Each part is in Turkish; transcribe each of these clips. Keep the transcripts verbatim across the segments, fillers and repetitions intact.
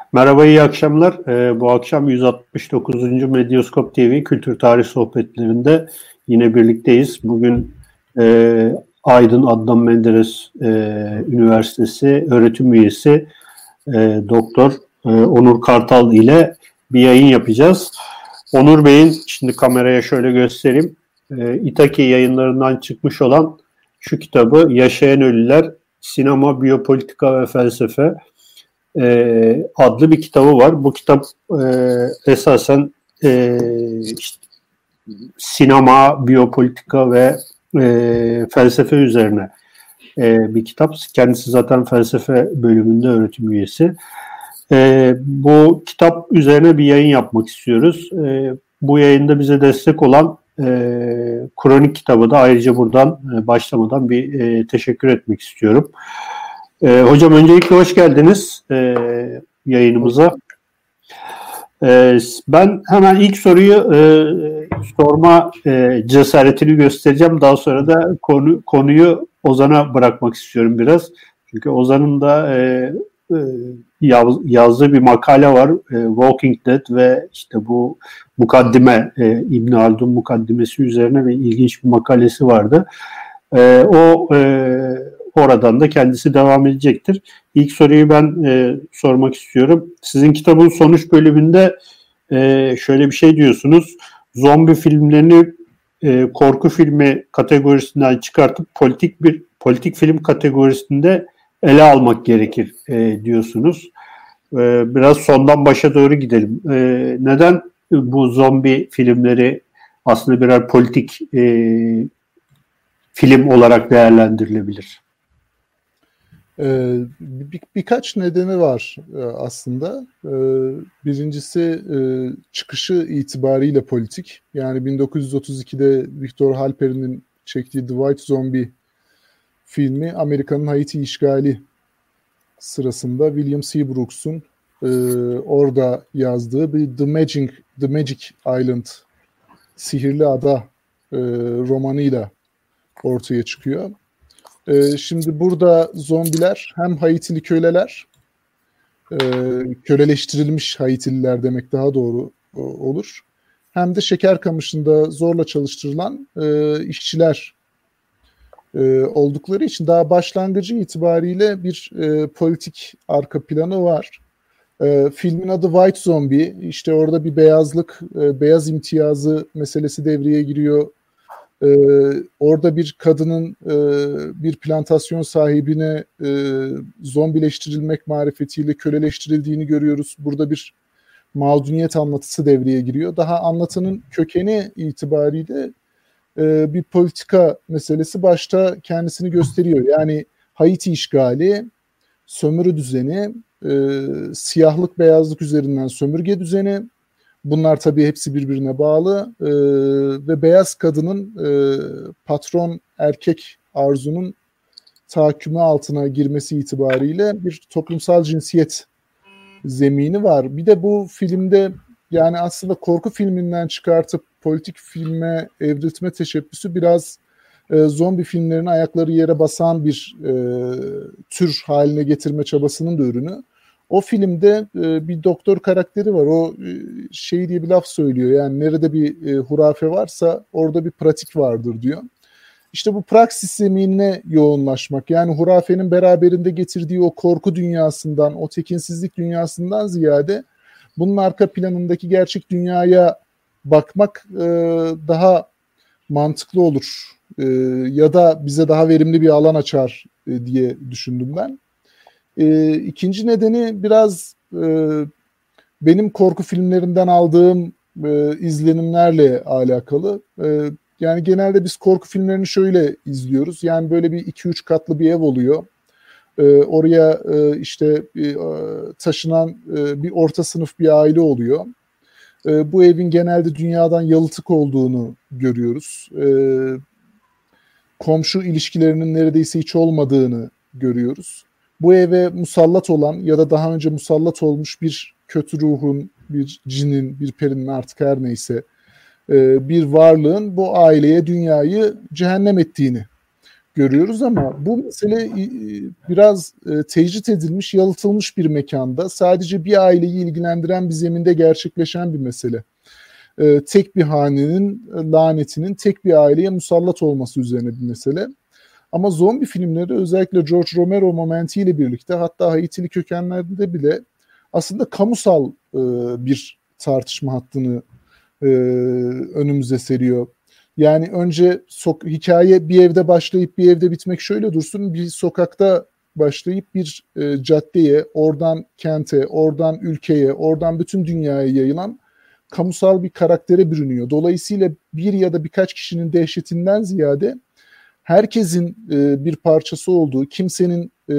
Merhaba, iyi akşamlar. Ee, bu akşam yüz altmış dokuzuncu Medyaskop T V Kültür Tarih Sohbetlerinde yine birlikteyiz. Bugün e, Aydın Adnan Menderes e, Üniversitesi öğretim üyesi e, Doktor e, Onur Kartal ile bir yayın yapacağız. Onur Bey'in, şimdi kameraya şöyle göstereyim, e, İtaki yayınlarından çıkmış olan şu kitabı Yaşayan Ölüler, Sinema, Biyopolitika ve Felsefe e, adlı bir kitabı var. Bu kitap e, esasen e, işte, sinema, biyopolitika ve e, felsefe üzerine e, bir kitap. Kendisi zaten felsefe bölümünde öğretim üyesi. E, bu kitap üzerine bir yayın yapmak istiyoruz. E, bu yayında bize destek olan e, Kronik kitabı da ayrıca buradan e, başlamadan bir e, teşekkür etmek istiyorum. E, hocam öncelikle hoş geldiniz e, yayınımıza. E, ben hemen ilk soruyu e, sorma e, cesaretini göstereceğim. Daha sonra da konu, konuyu Ozan'a bırakmak istiyorum biraz. Çünkü Ozan'ın da e, e, yaz, yazdığı bir makale var. E, Walking Dead ve işte bu mukaddime, e, İbn Haldun mukaddimesi üzerine bir ilginç bir makalesi vardı. E, o e, oradan da kendisi devam edecektir. İlk soruyu ben e, sormak istiyorum. Sizin kitabın sonuç bölümünde e, şöyle bir şey diyorsunuz. Zombi filmlerini e, korku filmi kategorisinden çıkartıp politik bir politik film kategorisinde ele almak gerekir e, diyorsunuz. E, biraz sondan başa doğru gidelim. E, neden bu zombi filmleri aslında birer politik e, film olarak değerlendirilebilir? Ee, bir, birkaç nedeni var e, aslında. Ee, birincisi e, çıkışı itibariyle politik. Yani bin dokuz yüz otuz ikide Victor Halperin'in çektiği The White Zombie filmi Amerika'nın Haiti işgali sırasında William Seabrooks'un e, orada yazdığı bir The Magic, The Magic Island, Sihirli Ada e, romanıyla ortaya çıkıyor. Ee, şimdi burada zombiler hem Haitili köleler, e, köleleştirilmiş Haitililer demek daha doğru o, olur. Hem de şeker kamışında zorla çalıştırılan e, işçiler e, oldukları için daha başlangıcı itibariyle bir e, politik arka planı var. E, filmin adı White Zombie. İşte orada bir beyazlık, e, beyaz imtiyazı meselesi devreye giriyor. Ee, orada bir kadının e, bir plantasyon sahibine e, zombileştirilmek marifetiyle köleleştirildiğini görüyoruz. Burada bir mağduniyet anlatısı devreye giriyor. Daha anlatının kökeni itibariyle e, bir politika meselesi başta kendisini gösteriyor. Yani Haiti işgali, sömürü düzeni, e, siyahlık beyazlık üzerinden sömürge düzeni. Bunlar tabii hepsi birbirine bağlı ee, ve beyaz kadının e, patron erkek arzunun tahakkümü altına girmesi itibariyle bir toplumsal cinsiyet zemini var. Bir de bu filmde yani aslında korku filminden çıkartıp politik filme evriltme teşebbüsü biraz e, zombi filmlerinin ayakları yere basan bir e, tür haline getirme çabasının da ürünü. O filmde e, bir doktor karakteri var. O e, şey diye bir laf söylüyor. Yani nerede bir e, hurafe varsa orada bir pratik vardır diyor. İşte bu praksis zeminine yoğunlaşmak. Yani hurafenin beraberinde getirdiği o korku dünyasından, o tekinsizlik dünyasından ziyade bunun arka planındaki gerçek dünyaya bakmak e, daha mantıklı olur. E, ya da bize daha verimli bir alan açar e, diye düşündüm ben. E, ikinci nedeni biraz e, benim korku filmlerinden aldığım e, izlenimlerle alakalı. E, yani genelde biz korku filmlerini şöyle izliyoruz. Yani böyle bir iki üç katlı bir ev oluyor. E, oraya e, işte e, taşınan e, bir orta sınıf bir aile oluyor. E, bu evin genelde dünyadan yalıtık olduğunu görüyoruz. E, komşu ilişkilerinin neredeyse hiç olmadığını görüyoruz. Bu eve musallat olan ya da daha önce musallat olmuş bir kötü ruhun, bir cinin, bir perinin artık her neyse bir varlığın bu aileye, dünyayı cehennem ettiğini görüyoruz ama bu mesele biraz tecrit edilmiş, yalıtılmış bir mekanda sadece bir aileyi ilgilendiren bir zeminde gerçekleşen bir mesele. Tek bir hanenin lanetinin tek bir aileye musallat olması üzerine bir mesele. Ama zombi filmleri özellikle George Romero momentiyle birlikte, hatta Haitili kökenlerde bile aslında kamusal bir tartışma hattını önümüze seriyor. Yani önce so- hikaye bir evde başlayıp bir evde bitmek şöyle dursun. Bir sokakta başlayıp bir e, caddeye, oradan kente, oradan ülkeye, oradan bütün dünyaya yayılan kamusal bir karaktere bürünüyor. Dolayısıyla bir ya da birkaç kişinin dehşetinden ziyade herkesin e, bir parçası olduğu, kimsenin e,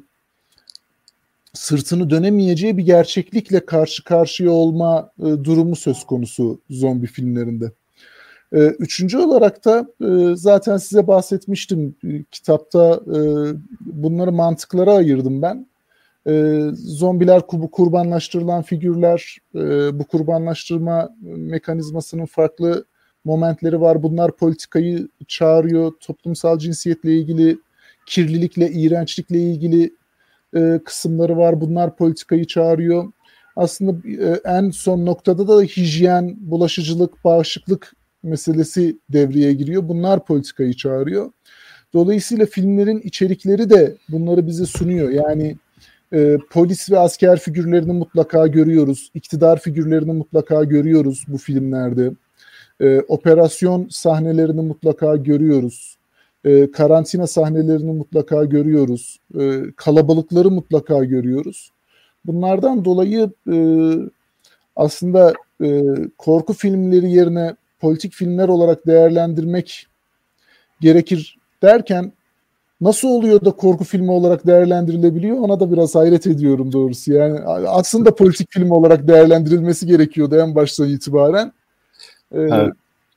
sırtını dönemeyeceği bir gerçeklikle karşı karşıya olma e, durumu söz konusu zombi filmlerinde. Üçüncü olarak da zaten size bahsetmiştim, kitapta bunları mantıklara ayırdım ben. Zombiler kurbanlaştırılan figürler, bu kurbanlaştırma mekanizmasının farklı momentleri var. Bunlar politikayı çağırıyor, toplumsal cinsiyetle ilgili, kirlilikle, iğrençlikle ilgili kısımları var. Bunlar politikayı çağırıyor. Aslında en son noktada da hijyen, bulaşıcılık, bağışıklık meselesi devreye giriyor. Bunlar politikayı çağırıyor. Dolayısıyla filmlerin içerikleri de bunları bize sunuyor. Yani e, polis ve asker figürlerini mutlaka görüyoruz. İktidar figürlerini mutlaka görüyoruz bu filmlerde. E, operasyon sahnelerini mutlaka görüyoruz. E, karantina sahnelerini mutlaka görüyoruz. E, kalabalıkları mutlaka görüyoruz. Bunlardan dolayı e, aslında e, korku filmleri yerine politik filmler olarak değerlendirmek gerekir derken nasıl oluyor da korku filmi olarak değerlendirilebiliyor, ona da biraz hayret ediyorum doğrusu. Yani aslında politik film olarak değerlendirilmesi gerekiyordu en baştan itibaren. Ee, evet.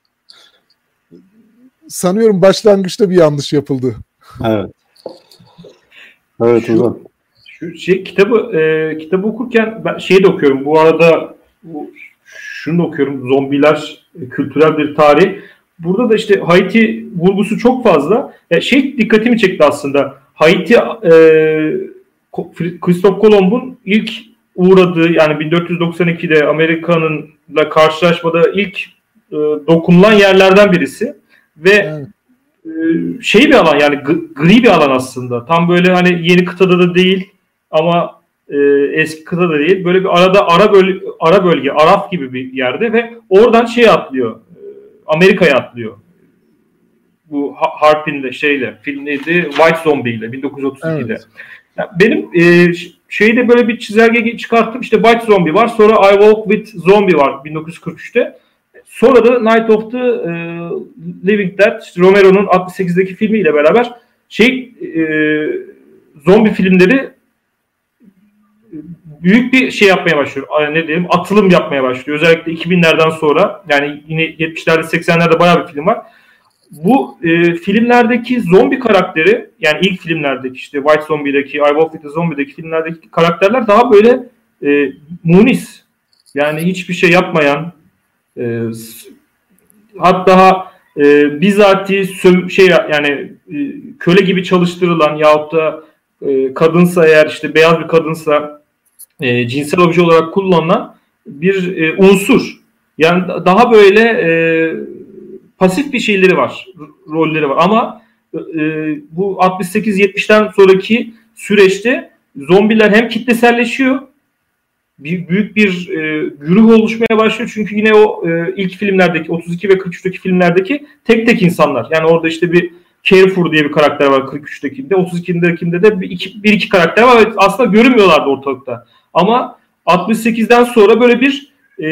Sanıyorum başlangıçta bir yanlış yapıldı. Evet. Evet şu, şu şey kitabı e, kitabı okurken ben şeyi de okuyorum. Bu arada bu, şunu da okuyorum. Zombiler kültürel bir tarih. Burada da işte Haiti vurgusu çok fazla. Ya şey dikkatimi çekti aslında. Haiti e, Christoph Kolomb'un ilk uğradığı, yani bin dört yüz doksan ikide Amerika'nınla karşılaşmada ilk e, dokunulan yerlerden birisi. Ve evet. e, şey bir alan, yani gri bir alan aslında. Tam böyle hani yeni kıtada da değil ama e, eski kıtada da değil. Böyle bir arada ara bölge, ara bölge, Araf gibi bir yerde ve oradan şey atlıyor. Amerika'ya atlıyor. Bu Harpin'le şeyle, film neydi? White Zombie ile bin dokuz yüz otuz ikide. Evet. Yani benim e, şeyde böyle bir çizelge çıkarttım. İşte White Zombie var. Sonra I Walk with Zombie var bin dokuz yüz kırk üçte. Sonra da Night of the e, Living Dead, Romero'nun altmış sekizdeki filmiyle beraber şey e, zombi filmleri büyük bir şey yapmaya başlıyor. Ne diyelim, atılım yapmaya başlıyor. Özellikle iki binlerden sonra, yani yine yetmişlerde seksenlerde bayağı bir film var. Bu e, filmlerdeki zombi karakteri, yani ilk filmlerdeki işte White Zombie'deki, I Walk with the Zombie'deki filmlerdeki karakterler daha böyle e, munis. Yani hiçbir şey yapmayan, e, hatta e, bizatihi söv- şey yani e, köle gibi çalıştırılan yahut da e, kadınsa, eğer işte beyaz bir kadınsa E, cinsel obje olarak kullanılan bir e, unsur. Yani daha böyle e, pasif bir şeyleri var, rolleri var. Ama e, bu altmış sekiz yetmişten sonraki süreçte zombiler hem kitleselleşiyor, bir, büyük bir e, güruh oluşmaya başlıyor. Çünkü yine o e, ilk filmlerdeki, otuz iki ve kırk üçteki filmlerdeki tek tek insanlar. Yani orada işte bir Carrefour diye bir karakter var kırk üçtekinde, otuz ikidekinde de bir iki, bir iki karakter var. Aslında görünmüyorlardı ortalıkta. Ama altmış sekizden sonra böyle bir e,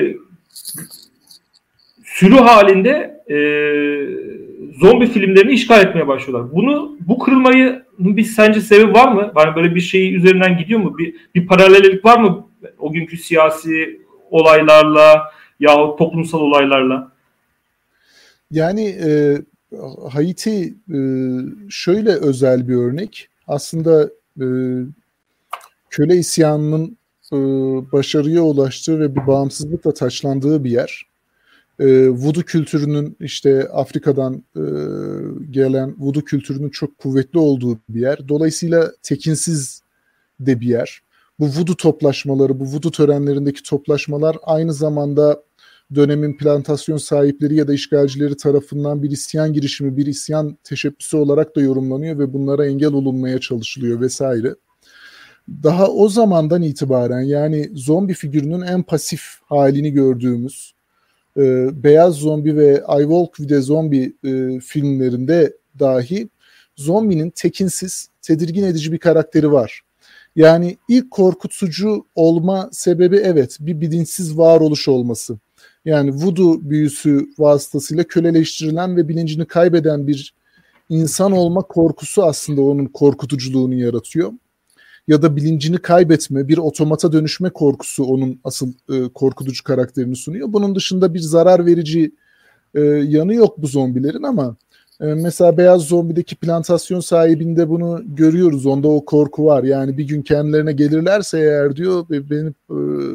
sürü halinde e, zombi filmlerini işgal etmeye başlıyorlar. Bunu, bu kırılmayı bir sence sebebi var mı? Yani böyle bir şey üzerinden gidiyor mu? Bir, bir paralellik var mı o günkü siyasi olaylarla yahut toplumsal olaylarla? Yani e, Haiti e, şöyle özel bir örnek. Aslında e, köle isyanının e, başarıya ulaştığı ve bir bağımsızlıkla taçlandığı bir yer. e, voodoo kültürünün işte Afrika'dan e, gelen voodoo kültürünün çok kuvvetli olduğu bir yer. Dolayısıyla tekinsiz de bir yer. Bu voodoo toplaşmaları, bu voodoo törenlerindeki toplaşmalar aynı zamanda dönemin plantasyon sahipleri ya da işgalcileri tarafından bir isyan girişimi, bir isyan teşebbüsü olarak da yorumlanıyor ve bunlara engel olunmaya çalışılıyor vesaire. Daha o zamandan itibaren, yani zombi figürünün en pasif halini gördüğümüz e, Beyaz Zombi ve I Walk with a Zombie e, filmlerinde dahi zombinin tekinsiz, tedirgin edici bir karakteri var. Yani ilk korkutucu olma sebebi evet bir bilinçsiz varoluş olması. Yani voodoo büyüsü vasıtasıyla köleleştirilen ve bilincini kaybeden bir insan olma korkusu aslında onun korkutuculuğunu yaratıyor. Ya da bilincini kaybetme, bir otomata dönüşme korkusu onun asıl e, korkutucu karakterini sunuyor. Bunun dışında bir zarar verici e, yanı yok bu zombilerin ama e, mesela Beyaz Zombi'deki plantasyon sahibinde bunu görüyoruz. Onda o korku var. Yani bir gün kendilerine gelirlerse eğer diyor beni e,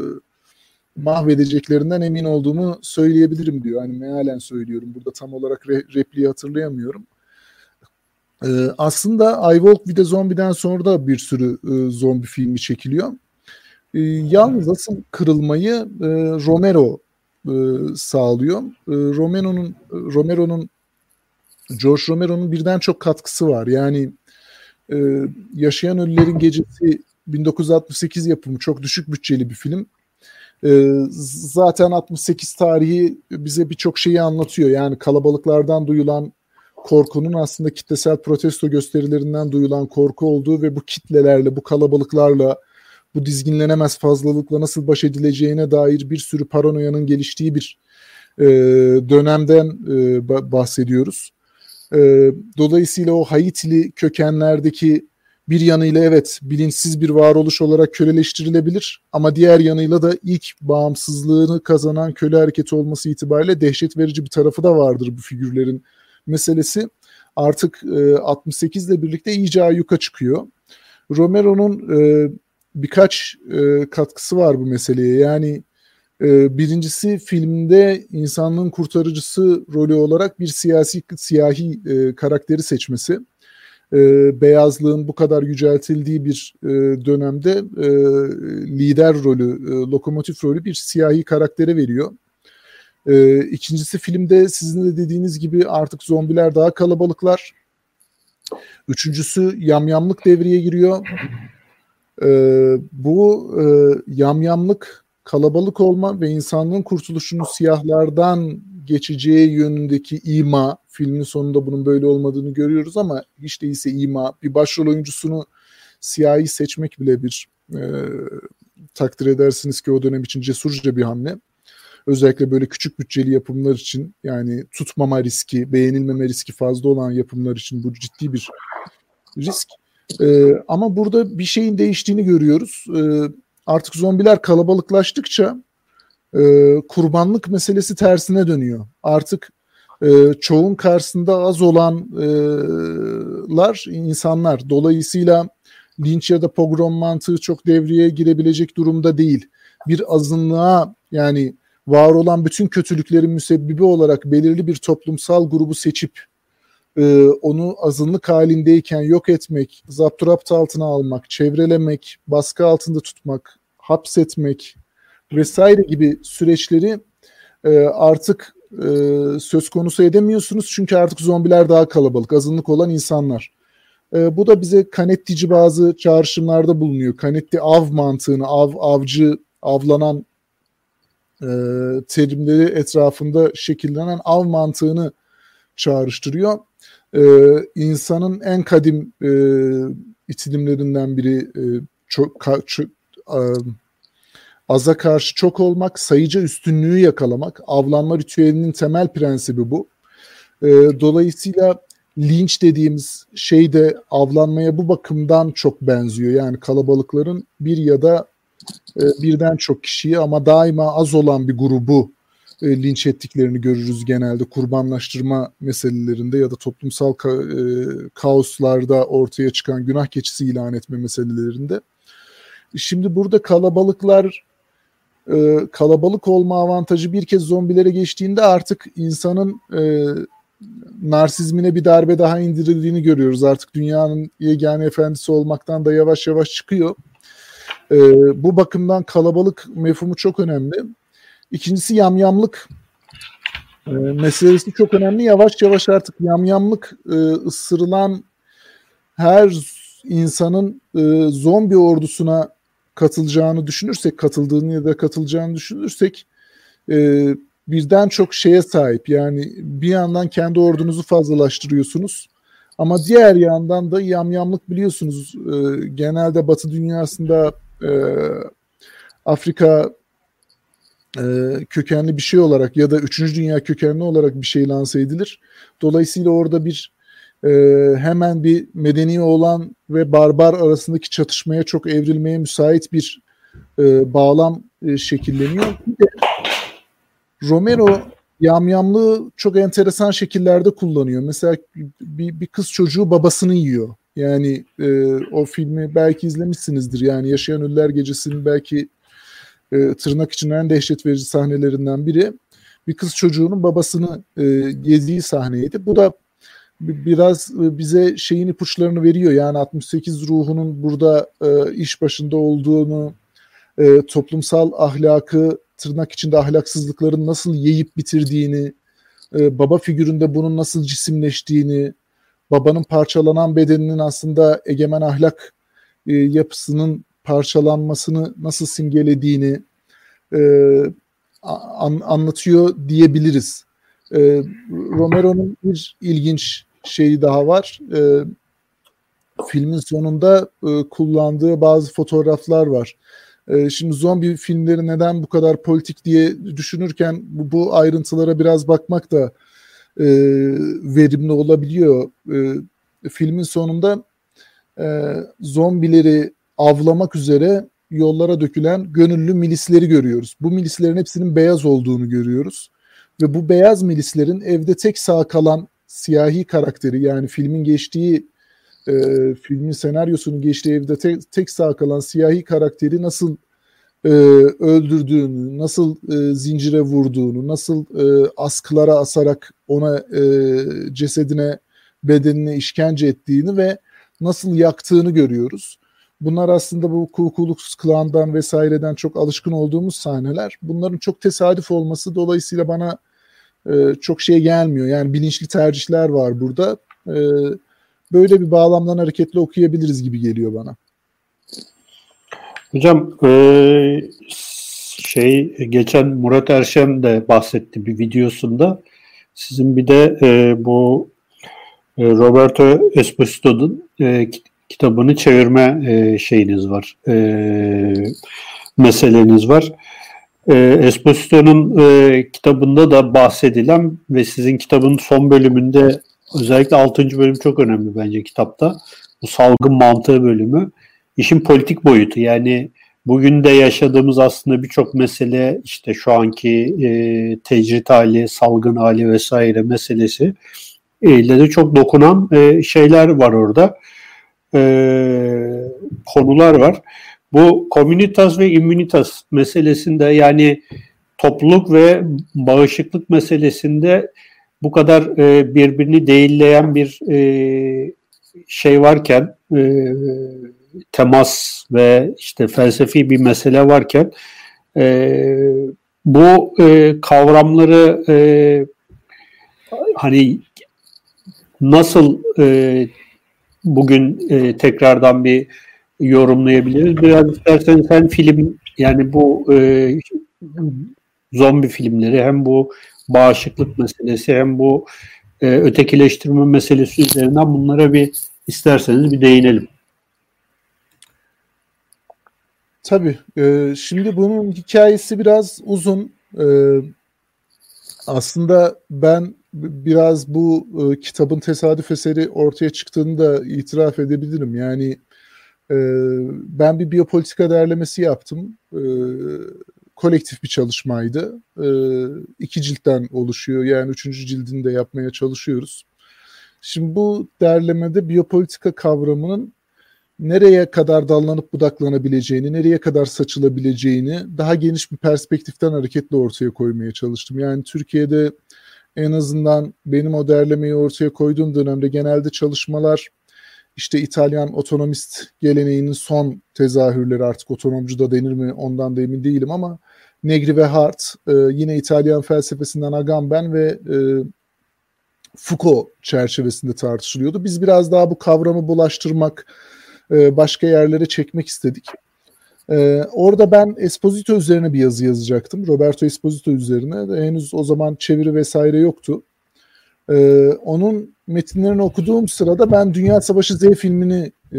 mahvedeceklerinden emin olduğumu söyleyebilirim diyor. Hani mealen söylüyorum. Burada tam olarak re- repliği hatırlayamıyorum. Ee, aslında I Walk with a Zombie'den sonra da bir sürü e, zombi filmi çekiliyor. E, yalnız asıl kırılmayı e, Romero e, sağlıyor. E, Romero'nun Romero'nun George Romero'nun birden çok katkısı var. Yani e, Yaşayan Ölülerin Gecesi bin dokuz yüz altmış sekiz yapımı, çok düşük bütçeli bir film. E, zaten altmış sekiz tarihi bize birçok şeyi anlatıyor. Yani kalabalıklardan duyulan korkunun aslında kitlesel protesto gösterilerinden duyulan korku olduğu ve bu kitlelerle, bu kalabalıklarla, bu dizginlenemez fazlalıkla nasıl baş edileceğine dair bir sürü paranoyanın geliştiği bir e, dönemden e, bahsediyoruz. E, dolayısıyla o Haitili kökenlerdeki bir yanıyla evet bilinçsiz bir varoluş olarak köleleştirilebilir ama diğer yanıyla da ilk bağımsızlığını kazanan köle hareketi olması itibariyle dehşet verici bir tarafı da vardır bu figürlerin meselesi. Artık e, altmış sekiz ile birlikte iyice ayyuka çıkıyor. Romero'nun e, birkaç e, katkısı var bu meseleye. Yani e, birincisi filmde insanlığın kurtarıcısı rolü olarak bir siyasi siyahi e, karakteri seçmesi. E, beyazlığın bu kadar yüceltildiği bir e, dönemde e, lider rolü, e, lokomotif rolü bir siyahi karaktere veriyor. Ee, ikincisi filmde sizin de dediğiniz gibi artık zombiler daha kalabalıklar. Üçüncüsü yamyamlık devreye giriyor. Ee, bu e, yamyamlık, kalabalık olma ve insanlığın kurtuluşunu siyahlardan geçeceği yönündeki ima, filmin sonunda bunun böyle olmadığını görüyoruz ama hiç değilse ima, bir başrol oyuncusunu siyahi seçmek bile bir e, takdir edersiniz ki o dönem için cesurca bir hamle. Özellikle böyle küçük bütçeli yapımlar için, yani tutmama riski, beğenilmeme riski fazla olan yapımlar için bu ciddi bir risk. Ee, ama burada bir şeyin değiştiğini görüyoruz. Ee, artık zombiler kalabalıklaştıkça e, kurbanlık meselesi tersine dönüyor. Artık e, çoğun karşısında az olanlar insanlar. Dolayısıyla linç ya da pogrom mantığı çok devreye girebilecek durumda değil. Bir azınlığa, yani var olan bütün kötülüklerin müsebbibi olarak belirli bir toplumsal grubu seçip e, onu azınlık halindeyken yok etmek, zapturapt altına almak, çevrelemek, baskı altında tutmak, hapsetmek vesaire gibi süreçleri e, artık e, söz konusu edemiyorsunuz. Çünkü artık zombiler daha kalabalık, azınlık olan insanlar. E, bu da bize Canetti'ci bazı çağrışımlarda bulunuyor. Canetti av mantığını, av, avcı, avlanan E, terimleri etrafında şekillenen av mantığını çağrıştırıyor. E, insanın en kadim e, itilimlerinden biri e, çok, ka, çok, e, aza karşı çok olmak, sayıca üstünlüğü yakalamak. Avlanma ritüelinin temel prensibi bu. E, dolayısıyla linç dediğimiz şey de avlanmaya bu bakımdan çok benziyor. Yani kalabalıkların bir ya da birden çok kişiyi ama daima az olan bir grubu e, linç ettiklerini görürüz genelde kurbanlaştırma meselelerinde ya da toplumsal ka- e, kaoslarda ortaya çıkan günah keçisi ilan etme meselelerinde. Şimdi burada kalabalıklar e, kalabalık olma avantajı bir kez zombilere geçtiğinde artık insanın e, narsizmine bir darbe daha indirildiğini görüyoruz. Artık dünyanın yegane efendisi olmaktan da yavaş yavaş çıkıyor. E, bu bakımdan kalabalık mefhumu çok önemli. İkincisi yamyamlık e, meselesi çok önemli. Yavaş yavaş artık yamyamlık e, ısırılan her insanın e, zombi ordusuna katılacağını düşünürsek, katıldığını ya da katılacağını düşünürsek e, birden çok şeye sahip. Yani bir yandan kendi ordunuzu fazlalaştırıyorsunuz ama diğer yandan da yamyamlık biliyorsunuz. E, genelde Batı dünyasında e, Afrika e, kökenli bir şey olarak ya da üçüncü dünya kökenli olarak bir şey lanse edilir. Dolayısıyla orada bir e, hemen bir medeni olan ve barbar arasındaki çatışmaya çok evrilmeye müsait bir e, bağlam e, şekilleniyor. Bir de Romero yamyamlığı çok enteresan şekillerde kullanıyor. Mesela bir, bir kız çocuğu babasını yiyor. Yani e, o filmi belki izlemişsinizdir. Yani Yaşayan Ölüler Gecesi'nin belki e, tırnak için en dehşet verici sahnelerinden biri. Bir kız çocuğunun babasını e, yediği sahneydi. Bu da biraz bize şeyin ipuçlarını veriyor. Yani altmış sekiz ruhunun burada e, iş başında olduğunu, e, toplumsal ahlakı, tırnak içinde ahlaksızlıkların nasıl yiyip bitirdiğini, e, baba figüründe bunun nasıl cisimleştiğini, babanın parçalanan bedeninin aslında egemen ahlak e, yapısının parçalanmasını nasıl simgelediğini e, an, anlatıyor diyebiliriz. E, Romero'nun bir ilginç şeyi daha var. E, filmin sonunda e, kullandığı bazı fotoğraflar var. E, şimdi zombi filmleri neden bu kadar politik diye düşünürken bu, bu ayrıntılara biraz bakmak da e, verimli olabiliyor. E, filmin sonunda e, zombileri avlamak üzere yollara dökülen gönüllü milisleri görüyoruz. Bu milislerin hepsinin beyaz olduğunu görüyoruz. Ve bu beyaz milislerin evde tek sağ kalan siyahi karakteri, yani filmin geçtiği e, filmin senaryosunun geçtiği evde tek, tek sağ kalan siyahi karakteri nasıl e, öldürdüğünü, nasıl e, zincire vurduğunu, nasıl e, askılara asarak ona e, cesedine, bedenine işkence ettiğini ve nasıl yaktığını görüyoruz. Bunlar aslında bu Ku Klux Klan'dan vesaireden çok alışkın olduğumuz sahneler. Bunların çok tesadüf olması dolayısıyla bana e, çok şey gelmiyor. Yani bilinçli tercihler var burada. E, böyle bir bağlamdan hareketle okuyabiliriz gibi geliyor bana. Hocam e, şey geçen Murat Erşen de bahsetti bir videosunda. Sizin bir de e, bu e, Roberto Esposito'nun e, kitabını çevirme e, şeyiniz var, e, meseleniz var. E, Esposito'nun e, kitabında da bahsedilen ve sizin kitabın son bölümünde özellikle altıncı bölüm çok önemli bence kitapta. Bu salgın mantığı bölümü. İşin politik boyutu, yani bugün de yaşadığımız aslında birçok mesele, işte şu anki e, tecrit hali, salgın hali vesaire meselesi ile de çok dokunan e, şeyler var orada. E, konular var. Bu communitas ve immunitas meselesinde, yani topluluk ve bağışıklık meselesinde bu kadar e, birbirini değilleyen bir e, şey varken, e, temas ve işte felsefi bir mesele varken e, bu e, kavramları e, hani nasıl e, bugün e, tekrardan bir yorumlayabiliriz? Biraz istersen sen film, yani bu e, zombi filmleri, hem bu bağışıklık meselesi hem bu e, ötekileştirme meselesi üzerinden bunlara bir isterseniz bir değinelim. Tabii. E, şimdi bunun hikayesi biraz uzun. E, aslında ben biraz bu e, kitabın tesadüf eseri ortaya çıktığını da itiraf edebilirim. Yani e, ben bir biyopolitika derlemesi yaptım. E, kolektif bir çalışmaydı. E, iki ciltten oluşuyor. Yani üçüncü cildini de yapmaya çalışıyoruz. Şimdi bu derlemede biyopolitika kavramının nereye kadar dallanıp budaklanabileceğini, nereye kadar saçılabileceğini daha geniş bir perspektiften hareketle ortaya koymaya çalıştım. Yani Türkiye'de en azından benim o derlemeyi ortaya koyduğum dönemde genelde çalışmalar işte İtalyan otonomist geleneğinin son tezahürleri, artık otonomcu da denir mi ondan da emin değilim ama Negri ve Hart, e, yine İtalyan felsefesinden Agamben ve e, Foucault çerçevesinde tartışılıyordu. Biz biraz daha bu kavramı bulaştırmak, e, başka yerlere çekmek istedik. E, orada ben Esposito üzerine bir yazı yazacaktım. Roberto Esposito üzerine. Henüz o zaman çeviri vesaire yoktu. E, onun metinlerini okuduğum sırada ben Dünya Savaşı Z filmini e,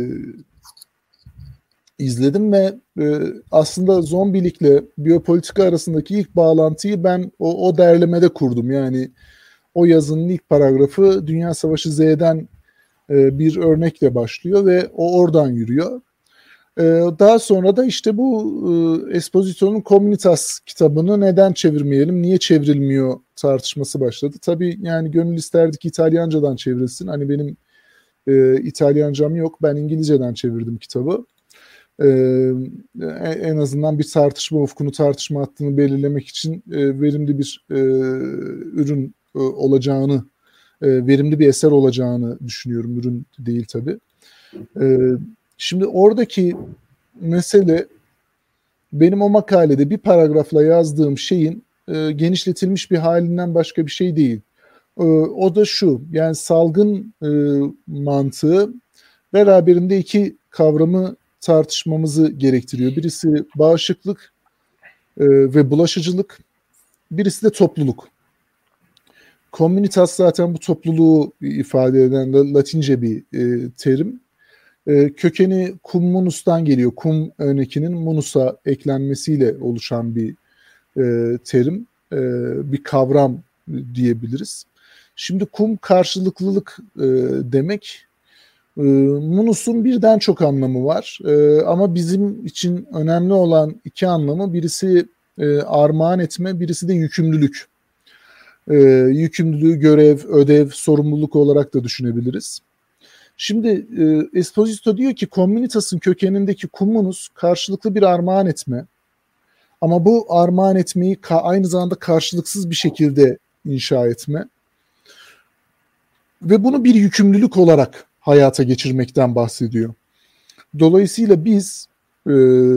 izledim ve e, aslında zombilikle biyopolitika arasındaki ilk bağlantıyı ben o, o derlemede kurdum. Yani o yazının ilk paragrafı Dünya Savaşı Z'den e, bir örnekle başlıyor ve o oradan yürüyor. E, daha sonra da işte bu e, Esposito'nun Communitas kitabını neden çevirmeyelim, niye çevrilmiyor tartışması başladı. Tabii yani gönül isterdi ki İtalyancadan çevrilsin. Hani benim e, İtalyancam yok, ben İngilizceden çevirdim kitabı. Ee, en azından bir tartışma ufkunu, tartışma hattını belirlemek için e, verimli bir e, ürün e, olacağını, e, verimli bir eser olacağını düşünüyorum. Ürün değil tabii. E, şimdi oradaki mesele benim o makalede bir paragrafla yazdığım şeyin e, genişletilmiş bir halinden başka bir şey değil. E, o da şu, yani salgın e, mantığı beraberinde iki kavramı tartışmamızı gerektiriyor. Birisi bağışıklık e, ve bulaşıcılık, birisi de topluluk. Communitas zaten bu topluluğu ifade eden Latince bir e, terim. E, kökeni cum munus'tan geliyor. Cum örnekinin munus'a eklenmesiyle oluşan bir e, terim, e, bir kavram diyebiliriz. Şimdi cum karşılıklılık e, demek. E, Munus'un birden çok anlamı var e, ama bizim için önemli olan iki anlamı, birisi e, armağan etme, birisi de yükümlülük. E, yükümlülüğü görev, ödev, sorumluluk olarak da düşünebiliriz. Şimdi e, Esposito diyor ki Communitas'ın kökenindeki communus karşılıklı bir armağan etme ama bu armağan etmeyi ka- aynı zamanda karşılıksız bir şekilde inşa etme ve bunu bir yükümlülük olarak hayata geçirmekten bahsediyor. Dolayısıyla biz e,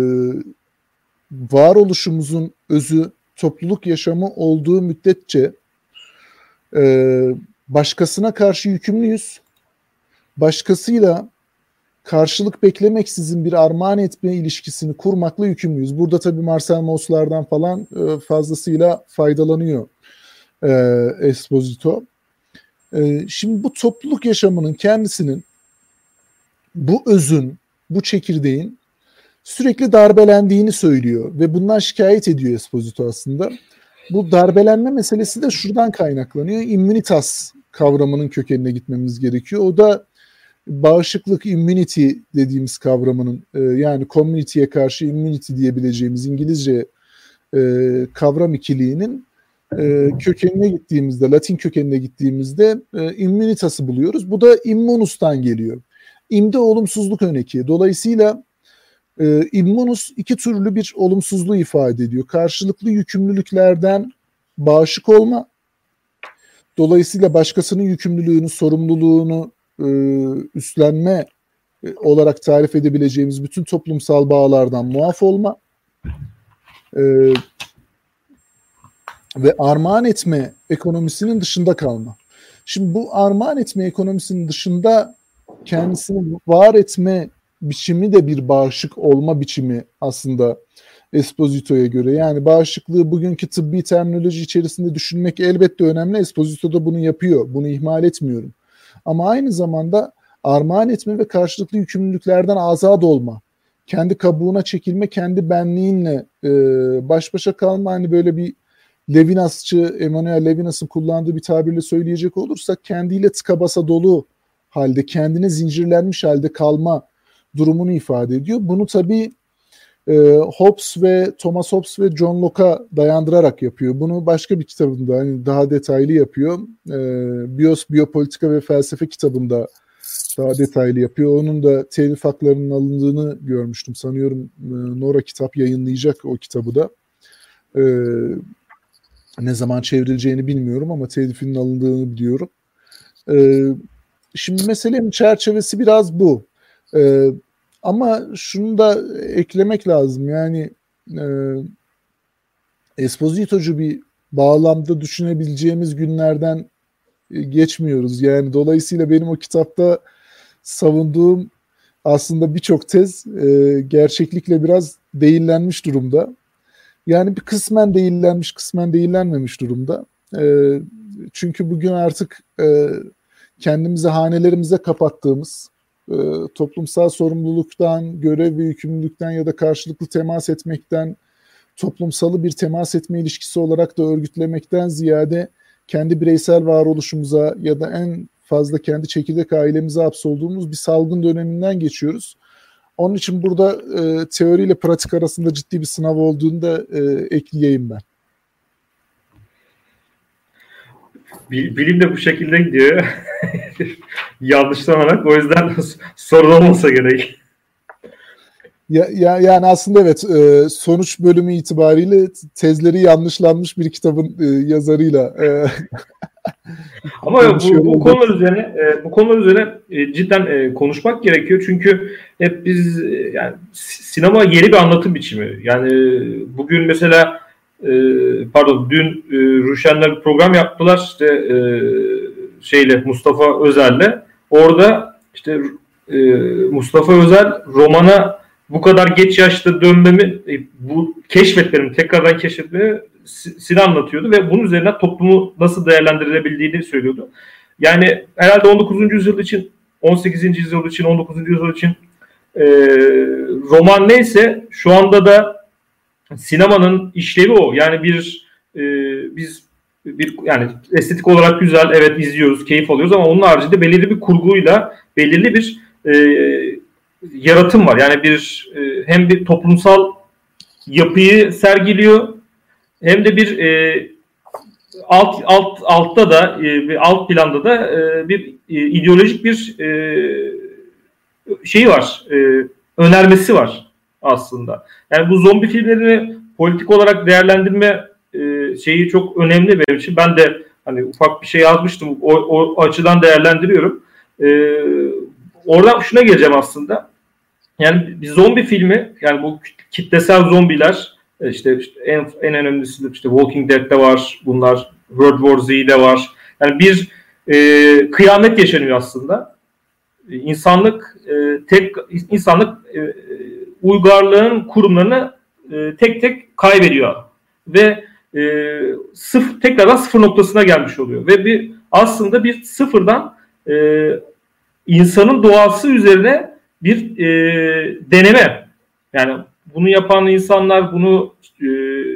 varoluşumuzun özü topluluk yaşamı olduğu müddetçe e, başkasına karşı yükümlüyüz. Başkasıyla karşılık beklemeksizin bir armağan etme ilişkisini kurmakla yükümlüyüz. Burada tabii Marcel Mauss'lardan falan e, fazlasıyla faydalanıyor e, Esposito. Şimdi bu topluluk yaşamının kendisinin, bu özün, bu çekirdeğin sürekli darbelendiğini söylüyor ve bundan şikayet ediyor Esposito aslında. Bu darbelenme meselesi de şuradan kaynaklanıyor. Immunitas kavramının kökenine gitmemiz gerekiyor. O da bağışıklık, immunity dediğimiz kavramının, yani community'ye karşı immunity diyebileceğimiz İngilizce kavram ikiliğinin E, kökenine gittiğimizde, Latin kökenine gittiğimizde e, immunitas'ı buluyoruz. Bu da immunus'tan geliyor. İmde olumsuzluk örneki. Dolayısıyla e, immunus iki türlü bir olumsuzluğu ifade ediyor. Karşılıklı yükümlülüklerden bağışık olma. Dolayısıyla başkasının yükümlülüğünü, sorumluluğunu e, üstlenme e, olarak tarif edebileceğimiz bütün toplumsal bağlardan muaf olma. E, ve armağan etme ekonomisinin dışında kalma. Şimdi bu armağan etme ekonomisinin dışında kendisini var etme biçimi de bir bağışık olma biçimi aslında Esposito'ya göre. Yani bağışıklığı bugünkü tıbbi terminoloji içerisinde düşünmek elbette önemli. Esposito da bunu yapıyor. Bunu ihmal etmiyorum. Ama aynı zamanda armağan etme ve karşılıklı yükümlülüklerden azad olma. Kendi kabuğuna çekilme, kendi benliğinle e, baş başa kalma. Hani böyle bir Levinasçı, Emmanuel Levinas'ın kullandığı bir tabirle söyleyecek olursak kendiyle tıka basa dolu halde, kendine zincirlenmiş halde kalma durumunu ifade ediyor. Bunu tabii e, Hobbes ve Thomas Hobbes ve John Locke'a dayandırarak yapıyor. Bunu başka bir kitabında hani daha detaylı yapıyor. E, Bios, Biyopolitika ve Felsefe kitabında daha detaylı yapıyor. Onun da telif haklarının alındığını görmüştüm. Sanıyorum Nora Kitap yayınlayacak o kitabı da. Ee, ne zaman çevrileceğini bilmiyorum ama telifinin alındığını biliyorum. Ee, şimdi meselenin çerçevesi biraz bu. Ee, ama şunu da eklemek lazım. Yani e, Esposito'cu bir bağlamda düşünebileceğimiz günlerden geçmiyoruz. Yani dolayısıyla benim o kitapta savunduğum aslında birçok tez e, gerçeklikle biraz değillenmiş durumda. Yani bir kısmen değillenmiş, kısmen değillenmemiş durumda. E, çünkü bugün artık e, kendimizi hanelerimize kapattığımız, e, toplumsal sorumluluktan, görev ve yükümlülükten ya da karşılıklı temas etmekten, toplumsalı bir temas etme ilişkisi olarak da örgütlemekten ziyade kendi bireysel varoluşumuza ya da en fazla kendi çekirdek ailemize hapsolduğumuz bir salgın döneminden geçiyoruz. Onun için burada e, teoriyle pratik arasında ciddi bir sınav olduğunu da e, ekleyeyim ben. Bilim de bu şekilde gidiyor. Yanlışlanarak. O yüzden sorun olmasa gerek. Ya, ya, yani aslında evet, e, sonuç bölümü itibariyle tezleri yanlışlanmış bir kitabın e, yazarıyla e, ama bu, bu konular üzerine e, bu konular üzerine e, cidden e, konuşmak gerekiyor çünkü hep biz e, yani sinema yeni bir anlatım biçimi. Yani bugün mesela e, pardon dün e, Ruşen'le bir program yaptılar işte e, şeyle Mustafa Özel'le. Orada işte e, Mustafa Özel romana bu kadar geç yaşta dönmemi, bu keşfetmemi, tekrardan keşfetmemi Sinan anlatıyordu ve bunun üzerinden toplumu nasıl değerlendirilebildiğini söylüyordu. Yani herhalde on dokuzuncu yüzyıl için, on sekizinci yüzyıl için, on dokuzuncu yüzyıl için e, roman neyse şu anda da sinemanın işlevi o. Yani bir e, biz bir yani estetik olarak güzel, evet izliyoruz, keyif alıyoruz ama onun haricinde belirli bir kurguyla belirli bir e, yaratım var. Yani bir e, hem bir toplumsal yapıyı sergiliyor hem de bir e, alt alt altta da e, bir alt planda da e, bir e, ideolojik bir e, şeyi var. E, önermesi var aslında. Yani bu zombi filmlerini politik olarak değerlendirme e, şeyi çok önemli benim için. Ben de hani ufak bir şey yazmıştım. O, o açıdan değerlendiriyorum. E, oradan şuna geleceğim aslında. Yani bir zombi filmi, yani bu kitlesel zombiler işte, işte en en önemlisi de işte Walking Dead'de var, bunlar World War Z'de var. Yani bir e, kıyamet yaşanıyor aslında. İnsanlık e, tek insanlık e, uygarlığın kurumlarını e, tek tek kaybediyor ve e, sıfır tekrardan sıfır noktasına gelmiş oluyor ve bir aslında bir sıfırdan e, insanın doğası üzerine bir e, deneme. Yani bunu yapan insanlar bunu e,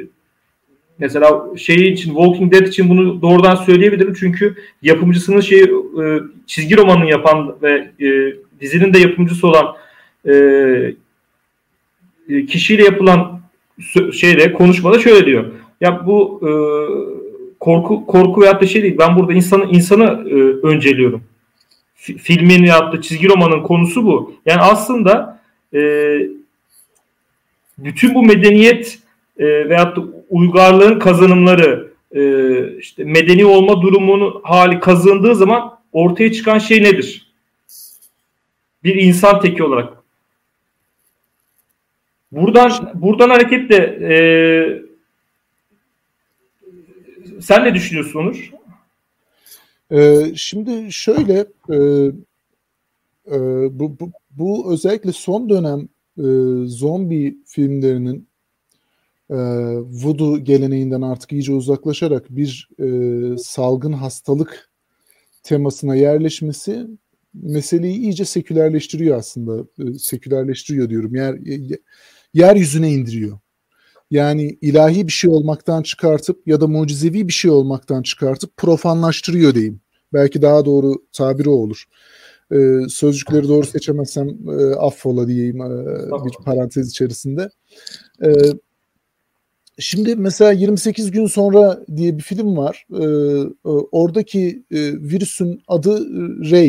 mesela şeyi için Walking Dead için bunu doğrudan söyleyebilirim çünkü yapımcısının şey e, çizgi romanını yapan ve e, dizinin de yapımcısı olan e, kişiyle yapılan şeyde konuşmada şöyle diyor. Ya bu e, korku korku veyahut da şey değil. Ben burada insanı insanı e, önceliyorum. F- filmin ya da çizgi romanın konusu bu. Yani aslında e, bütün bu medeniyet e, veyahut da uygarlığın kazanımları e, işte medeni olma durumunun hali kazandığı zaman ortaya çıkan şey nedir? Bir insan teki olarak. Buradan buradan hareketle e, sen ne düşünüyorsun Onur? Ee, şimdi şöyle e, e, bu, bu, bu özellikle son dönem e, zombi filmlerinin e, voodoo geleneğinden artık iyice uzaklaşarak bir e, salgın hastalık temasına yerleşmesi meseleyi iyice sekülerleştiriyor aslında. E, sekülerleştiriyor diyorum. Yer, yeryüzüne indiriyor. Yani ilahi bir şey olmaktan çıkartıp ya da mucizevi bir şey olmaktan çıkartıp profanlaştırıyor diyeyim. Belki daha doğru tabiri o olur. Ee, sözcükleri doğru seçemezsem e, affola diyeyim e, bir parantez içerisinde. Ee, şimdi mesela yirmi sekiz gün sonra diye bir film var. Ee, oradaki e, virüsün adı Rage.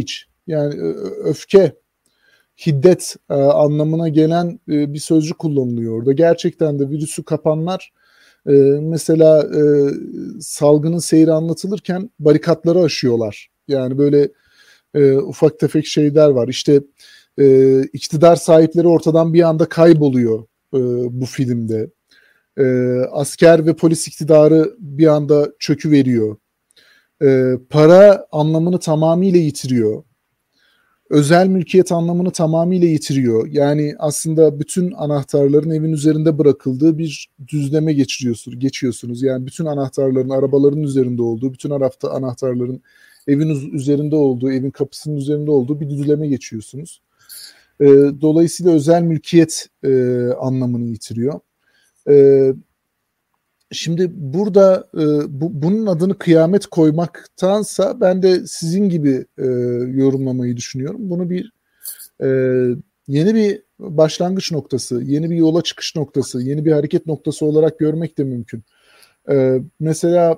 Yani öfke, hiddet e, anlamına gelen e, bir sözcük kullanılıyor orada. Gerçekten de virüsü kapanlar e, mesela e, salgının seyri anlatılırken barikatları aşıyorlar. Yani böyle e, ufak tefek şeyler var. İşte e, iktidar sahipleri ortadan bir anda kayboluyor e, bu filmde. E, asker ve polis iktidarı bir anda çöküveriyor. E, para anlamını tamamıyla yitiriyor. Özel mülkiyet anlamını tamamıyla yitiriyor. Yani aslında bütün anahtarların evin üzerinde bırakıldığı bir düzleme geçiriyorsunuz, geçiyorsunuz. Yani bütün anahtarların arabaların üzerinde olduğu, bütün arafta anahtarların evin üzerinde olduğu, evin kapısının üzerinde olduğu bir düzleme geçiyorsunuz. E, dolayısıyla özel mülkiyet e, anlamını yitiriyor. E, Şimdi burada e, bu, bunun adını kıyamet koymaktansa ben de sizin gibi e, yorumlamayı düşünüyorum. Bunu bir e, yeni bir başlangıç noktası, yeni bir yola çıkış noktası, yeni bir hareket noktası olarak görmek de mümkün. E, mesela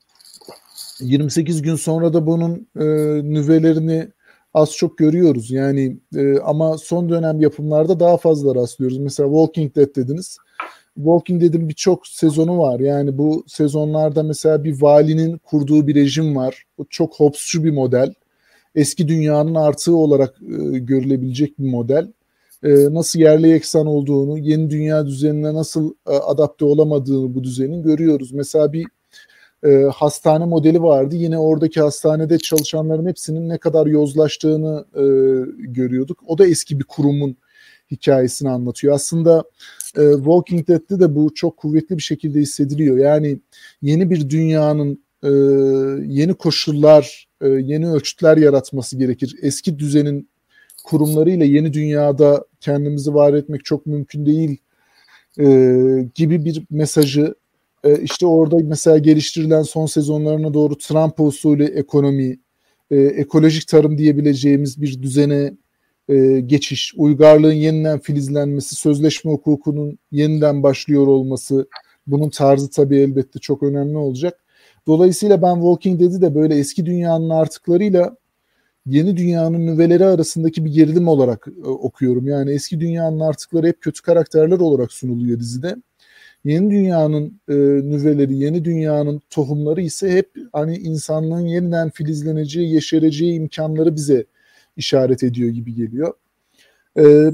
yirmi sekiz gün sonra da bunun e, nüvelerini az çok görüyoruz. Yani e, ama son dönem yapımlarda daha fazla rastlıyoruz. Mesela Walking Dead dediniz. Walking Dead'in birçok sezonu var. Yani bu sezonlarda mesela bir valinin kurduğu bir rejim var. O çok Hobbes'cu bir model. Eski dünyanın artığı olarak e, görülebilecek bir model. E, nasıl yerli yeksan olduğunu, yeni dünya düzenine nasıl e, adapte olamadığını bu düzenin görüyoruz. Mesela bir e, hastane modeli vardı. Yine oradaki hastanede çalışanların hepsinin ne kadar yozlaştığını e, görüyorduk. O da eski bir kurumun hikayesini anlatıyor. Aslında e, Walking Dead'de de bu çok kuvvetli bir şekilde hissediliyor. Yani yeni bir dünyanın e, yeni koşullar, e, yeni ölçütler yaratması gerekir. Eski düzenin kurumlarıyla yeni dünyada kendimizi var etmek çok mümkün değil e, gibi bir mesajı e, işte orada mesela geliştirilen son sezonlarına doğru Trump usulü ekonomi, e, ekolojik tarım diyebileceğimiz bir düzene e, geçiş, uygarlığın yeniden filizlenmesi, sözleşme hukukunun yeniden başlıyor olması, bunun tarzı tabii elbette çok önemli olacak. Dolayısıyla ben Walking Dead'i de böyle eski dünyanın artıklarıyla yeni dünyanın nüveleri arasındaki bir gerilim olarak e, okuyorum. Yani eski dünyanın artıkları hep kötü karakterler olarak sunuluyor dizide. Yeni dünyanın e, nüveleri, yeni dünyanın tohumları ise hep hani insanlığın yeniden filizleneceği, yeşereceği imkanları bize işaret ediyor gibi geliyor. Ee,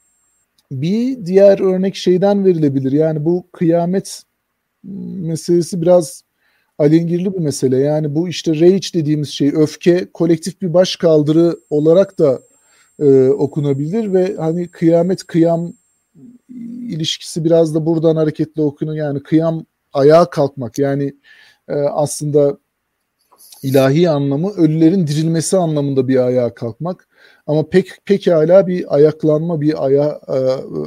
bir diğer örnek şeyden verilebilir. Yani bu kıyamet meselesi biraz alengirli bir mesele. Yani bu işte rage dediğimiz şey, öfke, kolektif bir başkaldırı olarak da e, okunabilir ve hani kıyamet kıyam ilişkisi biraz da buradan hareketle okunuyor. Yani kıyam ayağa kalkmak. Yani e, aslında ilahi anlamı ölülerin dirilmesi anlamında bir ayağa kalkmak. Ama pek pekala bir ayaklanma, bir aya e, e,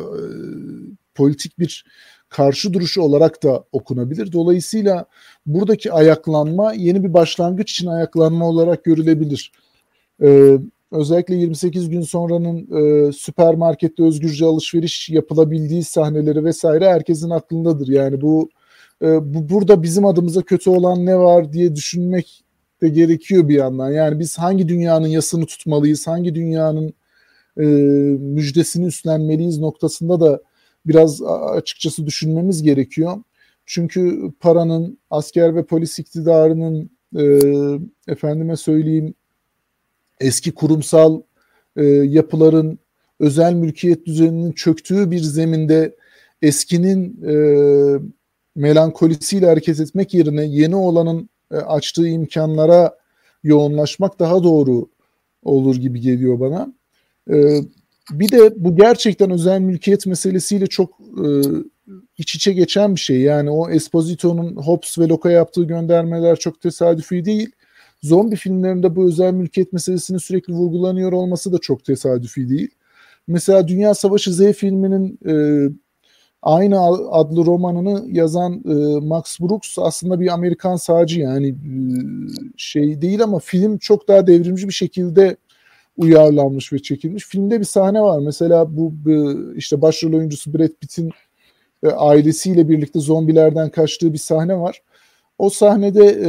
politik bir karşı duruşu olarak da okunabilir. Dolayısıyla buradaki ayaklanma yeni bir başlangıç için ayaklanma olarak görülebilir. E, özellikle yirmi sekiz gün sonranın e, süpermarkette özgürce alışveriş yapılabildiği sahneleri vesaire herkesin aklındadır. Yani bu, e, bu burada bizim adımıza kötü olan ne var diye düşünmek de gerekiyor bir yandan. Yani biz hangi dünyanın yasını tutmalıyız, hangi dünyanın e, müjdesini üstlenmeliyiz noktasında da biraz açıkçası düşünmemiz gerekiyor. Çünkü paranın, asker ve polis iktidarının e, efendime söyleyeyim eski kurumsal e, yapıların, özel mülkiyet düzeninin çöktüğü bir zeminde eskinin e, melankolisiyle hareket etmek yerine yeni olanın açtığı imkanlara yoğunlaşmak daha doğru olur gibi geliyor bana. Ee, bir de bu gerçekten özel mülkiyet meselesiyle çok e, iç içe geçen bir şey. Yani o Esposito'nun Hobbes ve Locke'a yaptığı göndermeler çok tesadüfi değil. Zombi filmlerinde bu özel mülkiyet meselesinin sürekli vurgulanıyor olması da çok tesadüfi değil. Mesela Dünya Savaşı Z filminin e, aynı adlı romanını yazan e, Max Brooks aslında bir Amerikan sağcı, yani e, şey değil ama film çok daha devrimci bir şekilde uyarlanmış ve çekilmiş. Filmde bir sahne var. Mesela bu e, işte başrol oyuncusu Brad Pitt'in e, ailesiyle birlikte zombilerden kaçtığı bir sahne var. O sahnede e,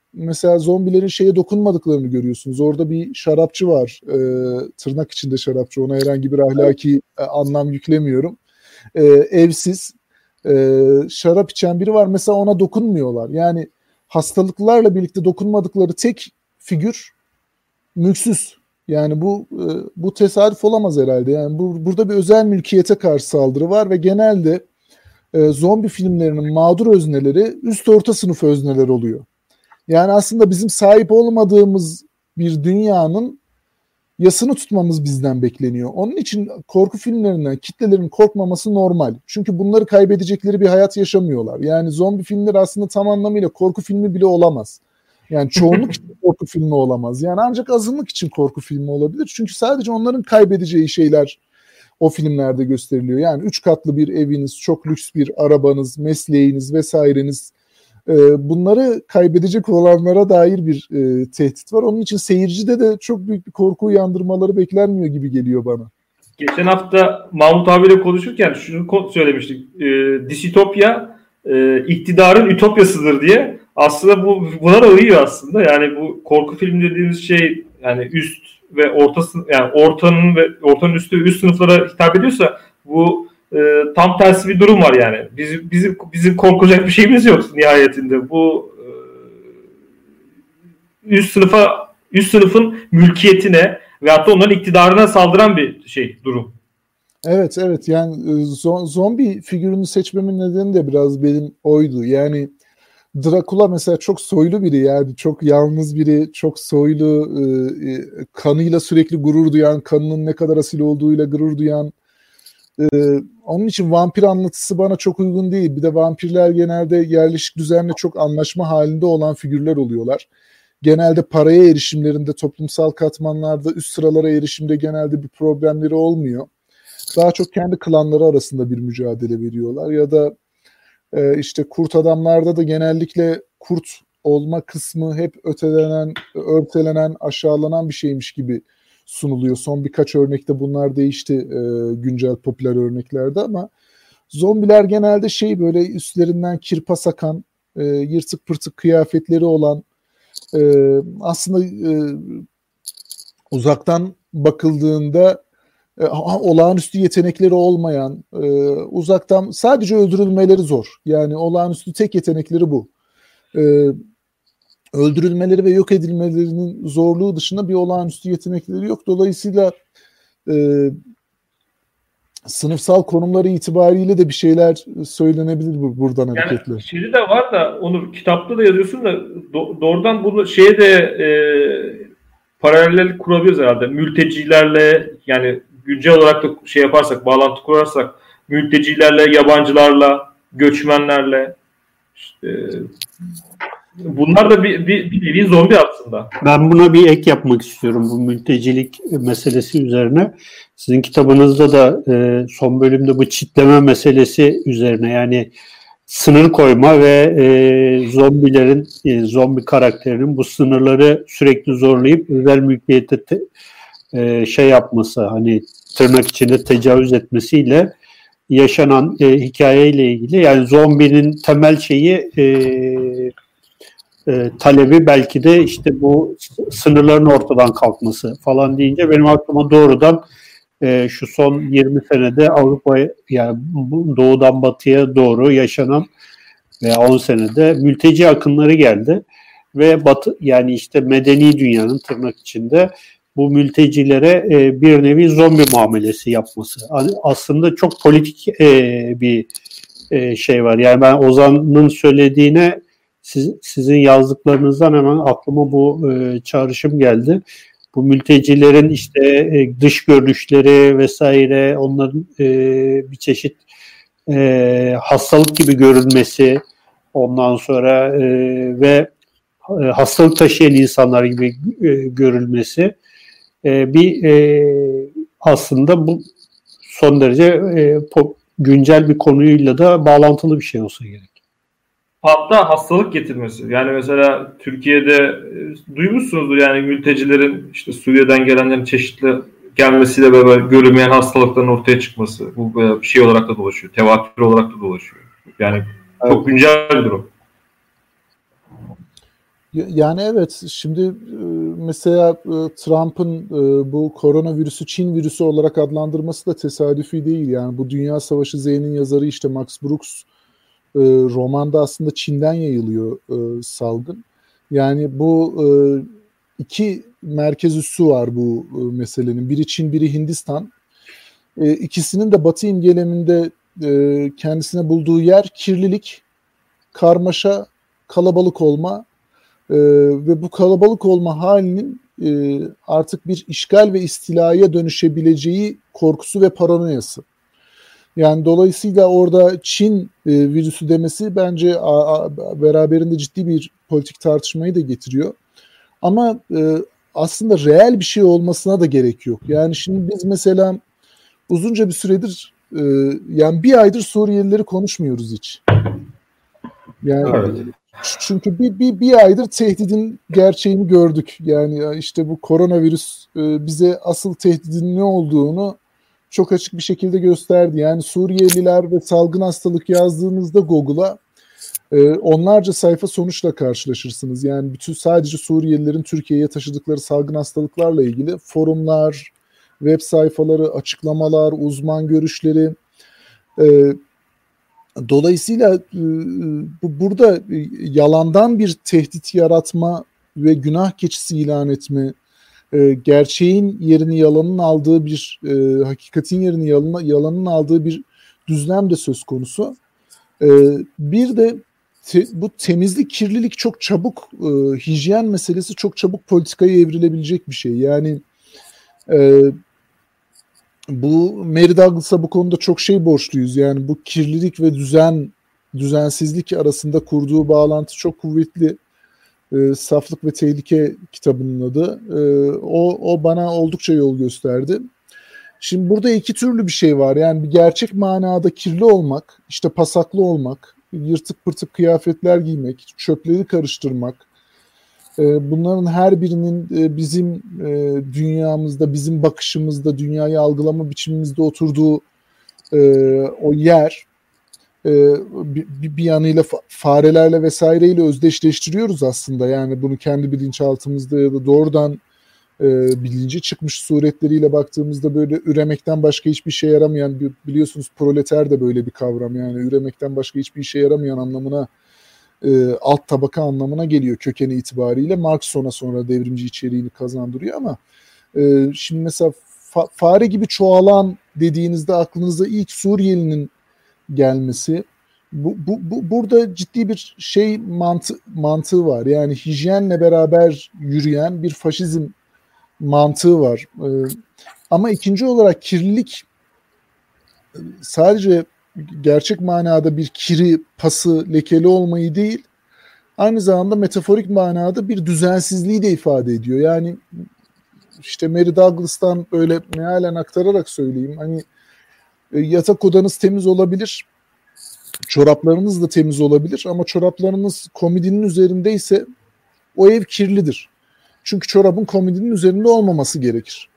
mesela zombilerin şeye dokunmadıklarını görüyorsunuz. Orada bir şarapçı var. E, tırnak içinde şarapçı. Ona herhangi bir ahlaki e, anlam yüklemiyorum. E, evsiz. E, şarap içen biri var. Mesela ona dokunmuyorlar. Yani hastalıklarla birlikte dokunmadıkları tek figür mülksüz. Yani bu e, bu tesadüf olamaz herhalde. Yani bu, burada bir özel mülkiyete karşı saldırı var ve genelde e, zombi filmlerinin mağdur özneleri üst orta sınıf özneler oluyor. Yani aslında bizim sahip olmadığımız bir dünyanın yasını tutmamız bizden bekleniyor. Onun için korku filmlerinden kitlelerin korkmaması normal. Çünkü bunları kaybedecekleri bir hayat yaşamıyorlar. Yani zombi filmleri aslında tam anlamıyla korku filmi bile olamaz. Yani çoğunluk için korku filmi olamaz. Yani ancak azınlık için korku filmi olabilir. Çünkü sadece onların kaybedeceği şeyler o filmlerde gösteriliyor. Yani üç katlı bir eviniz, çok lüks bir arabanız, mesleğiniz vesaireniz, bunları kaybedecek olanlara dair bir e, tehdit var. Onun için seyircide de çok büyük bir korku uyandırmaları beklenmiyor gibi geliyor bana. Geçen hafta Mahmut abiyle konuşurken şunu söylemiştik. E, distopya e, iktidarın ütopyasıdır diye. Aslında bu buna da uyuyor aslında. Yani bu korku film dediğimiz şey yani üst ve orta yani ortanın ve ortanın üstü üst sınıflara hitap ediyorsa bu e, tam tersi bir durum var yani. Bizim bizim bizim korkacak bir şeyimiz yok nihayetinde. Bu e, üst sınıfa üst sınıfın mülkiyetine ve hatta onların iktidarına saldıran bir şey durum. Evet evet yani zombi figürünü seçmemin nedeni de biraz benim oydu. Yani Dracula mesela çok soylu biri, yani çok yalnız biri, çok soylu, e, kanıyla sürekli gurur duyan, kanının ne kadar asil olduğuyla gurur duyan. E, onun için vampir anlatısı bana çok uygun değil. Bir de vampirler genelde yerleşik düzenle çok anlaşma halinde olan figürler oluyorlar. Genelde paraya erişimlerinde, toplumsal katmanlarda üst sıralara erişimde genelde bir problemleri olmuyor. Daha çok kendi klanları arasında bir mücadele veriyorlar ya da Ee, işte kurt adamlarda da genellikle kurt olma kısmı hep ötelenen, örtelenen, aşağılanan bir şeymiş gibi sunuluyor. Son birkaç örnekte bunlar değişti e, güncel popüler örneklerde ama zombiler genelde şey böyle üstlerinden kirpa sakan, e, yırtık pırtık kıyafetleri olan, e, aslında e, uzaktan bakıldığında e, olağanüstü yetenekleri olmayan, e, uzaktan sadece öldürülmeleri zor. Yani olağanüstü tek yetenekleri bu. E, öldürülmeleri ve yok edilmelerinin zorluğu dışında bir olağanüstü yetenekleri yok. Dolayısıyla e, sınıfsal konumları itibariyle de bir şeyler söylenebilir buradan yani hareketle. Şeyde de var da Onur, kitapta da yazıyorsun da do- doğrudan bunu şeye de e, paralel kurabiliriz herhalde. Mültecilerle, yani güncel olarak da şey yaparsak, bağlantı kurarsak, mültecilerle, yabancılarla, göçmenlerle, işte, bunlar da bir, bir, bir nevi zombi aslında. Ben buna bir ek yapmak istiyorum bu mültecilik meselesi üzerine. Sizin kitabınızda da e, son bölümde bu çitleme meselesi üzerine, yani sınır koyma ve e, zombilerin, e, zombi karakterinin bu sınırları sürekli zorlayıp özel mülkiyete te, e, şey yapması, hani tırnak içinde tecavüz etmesiyle yaşanan e, hikayeyle ilgili. Yani zombinin temel şeyi e, e, talebi belki de işte bu sınırların ortadan kalkması falan deyince benim aklıma doğrudan e, şu son yirmi senede Avrupa, yani doğudan batıya doğru yaşanan veya on senede mülteci akınları geldi ve batı, yani işte medeni dünyanın tırnak içinde bu mültecilere e, bir nevi zombi muamelesi yapması. Aslında çok politik e, bir e, şey var. Yani ben Ozan'ın söylediğine, siz, sizin yazdıklarınızdan hemen aklıma bu e, çağrışım geldi. Bu mültecilerin işte e, dış görünüşleri vesaire, onların e, bir çeşit e, hastalık gibi görünmesi, ondan sonra e, ve e, hastalık taşıyan insanlar gibi e, görülmesi e, bir e, aslında bu son derece e, pop, güncel bir konuyla da bağlantılı bir şey olsa gerek. Hatta hastalık getirmesi. Yani mesela Türkiye'de e, duymuşsunuzdur, yani mültecilerin işte Suriye'den gelenlerin çeşitli gelmesiyle beraber görünmeyen hastalıkların ortaya çıkması. Bu bir şey olarak da dolaşıyor. Tevatür olarak da dolaşıyor. Yani çok evet. Güncel bir durum. Yani evet, şimdi mesela Trump'ın bu koronavirüsü Çin virüsü olarak adlandırması da tesadüfi değil. Yani bu Dünya Savaşı Z'nin yazarı işte Max Brooks romanda aslında Çin'den yayılıyor salgın. Yani bu iki merkez üssü var bu meselenin. Biri Çin, biri Hindistan. İkisinin de Batı imgeleminde kendisine bulduğu yer kirlilik, karmaşa, kalabalık olma. Ee, ve bu kalabalık olma halinin e, artık bir işgal ve istilaya dönüşebileceği korkusu ve paranoyası. Yani dolayısıyla orada Çin e, virüsü demesi bence a, a, beraberinde ciddi bir politik tartışmayı da getiriyor. Ama e, aslında reel bir şey olmasına da gerek yok. Yani şimdi biz mesela uzunca bir süredir e, yani bir aydır Suriyelileri konuşmuyoruz hiç. Yani evet. Çünkü bir, bir, bir aydır tehdidin gerçeğini gördük. Yani işte bu koronavirüs e, bize asıl tehdidin ne olduğunu çok açık bir şekilde gösterdi. Yani Suriyeliler ve salgın hastalık yazdığınızda Google'a e, onlarca sayfa sonuçla karşılaşırsınız. Yani bütün sadece Suriyelilerin Türkiye'ye taşıdıkları salgın hastalıklarla ilgili forumlar, web sayfaları, açıklamalar, uzman görüşleri. E, Dolayısıyla bu, burada yalandan bir tehdit yaratma ve günah keçisi ilan etme, gerçeğin yerini yalanın aldığı bir, hakikatin yerini yalanın, yalanın aldığı bir düzlem de söz konusu. Bir de te, bu temizlik, kirlilik çok çabuk, hijyen meselesi çok çabuk politikaya evrilebilecek bir şey. Yani bu Mary Douglas'a bu konuda çok şey borçluyuz. Yani bu kirlilik ve düzen, düzensizlik arasında kurduğu bağlantı çok kuvvetli. E, Saflık ve Tehlike kitabının adı. E, o, o bana oldukça yol gösterdi. Şimdi burada iki türlü bir şey var. Yani bir gerçek manada kirli olmak, işte pasaklı olmak, yırtık pırtık kıyafetler giymek, çöpleri karıştırmak. Bunların her birinin bizim dünyamızda, bizim bakışımızda, dünyayı algılama biçimimizde oturduğu o yer bir yanıyla farelerle vesaireyle özdeşleştiriyoruz aslında. Yani bunu kendi bilinçaltımızda ya da doğrudan bilince çıkmış suretleriyle baktığımızda böyle üremekten başka hiçbir işe yaramayan, biliyorsunuz proleter de böyle bir kavram. Yani üremekten başka hiçbir işe yaramayan anlamına, E, alt tabaka anlamına geliyor kökeni itibariyle. Marx ona sonra devrimci içeriğini kazandırıyor ama e, şimdi mesela fa- fare gibi çoğalan dediğinizde aklınıza ilk Suriyelinin gelmesi. Bu, bu, bu burada ciddi bir şey mantı, mantığı var. Yani hijyenle beraber yürüyen bir faşizm mantığı var. E, ama ikinci olarak kirlilik sadece gerçek manada bir kiri, pası, lekeli olmayı değil, aynı zamanda metaforik manada bir düzensizliği de ifade ediyor. Yani işte Mary Douglas'tan böyle mealen aktararak söyleyeyim. Hani yatak odanız temiz olabilir, çoraplarınız da temiz olabilir ama çoraplarınız komodinin üzerindeyse o ev kirlidir. Çünkü çorabın komodinin üzerinde olmaması gerekir.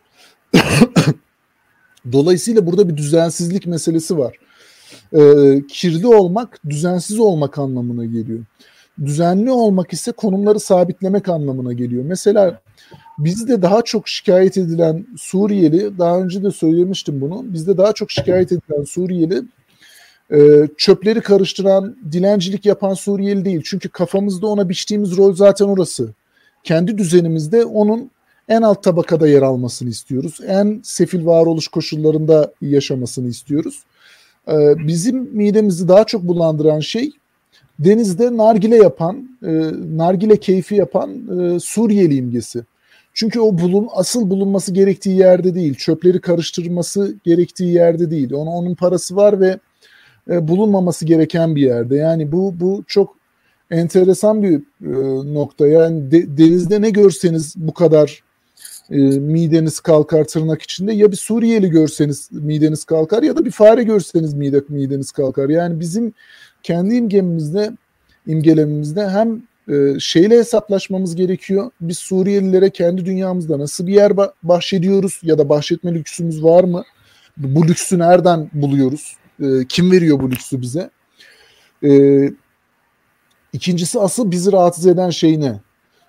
Dolayısıyla burada bir düzensizlik meselesi var. Ee, kirli olmak, düzensiz olmak anlamına geliyor. Düzenli olmak ise konumları sabitlemek anlamına geliyor. Mesela bizde daha çok şikayet edilen Suriyeli, daha önce de söylemiştim bunu, bizde daha çok şikayet edilen Suriyeli e, çöpleri karıştıran, dilencilik yapan Suriyeli değil. Çünkü kafamızda ona biçtiğimiz rol zaten orası. Kendi düzenimizde onun en alt tabakada yer almasını istiyoruz. En sefil varoluş koşullarında yaşamasını istiyoruz. Bizim midemizi daha çok bulandıran şey denizde nargile yapan, nargile keyfi yapan Suriyeli imgesi. Çünkü o bulun, asıl bulunması gerektiği yerde değil, çöpleri karıştırması gerektiği yerde değil. Onun, onun parası var ve bulunmaması gereken bir yerde. Yani bu bu çok enteresan bir nokta. Yani de, denizde ne görseniz bu kadar E, mideniz kalkar tırnak içinde. Ya bir Suriyeli görseniz mideniz kalkar ya da bir fare görseniz mide, mideniz kalkar. Yani bizim kendi imgemimizde, imgelemimizde hem e, şeyle hesaplaşmamız gerekiyor. Biz Suriyelilere kendi dünyamızda nasıl bir yer bahşediyoruz ya da bahşetme lüksümüz var mı? Bu lüksü nereden buluyoruz? E, kim veriyor bu lüksü bize? E, ikincisi asıl bizi rahatsız eden şey ne?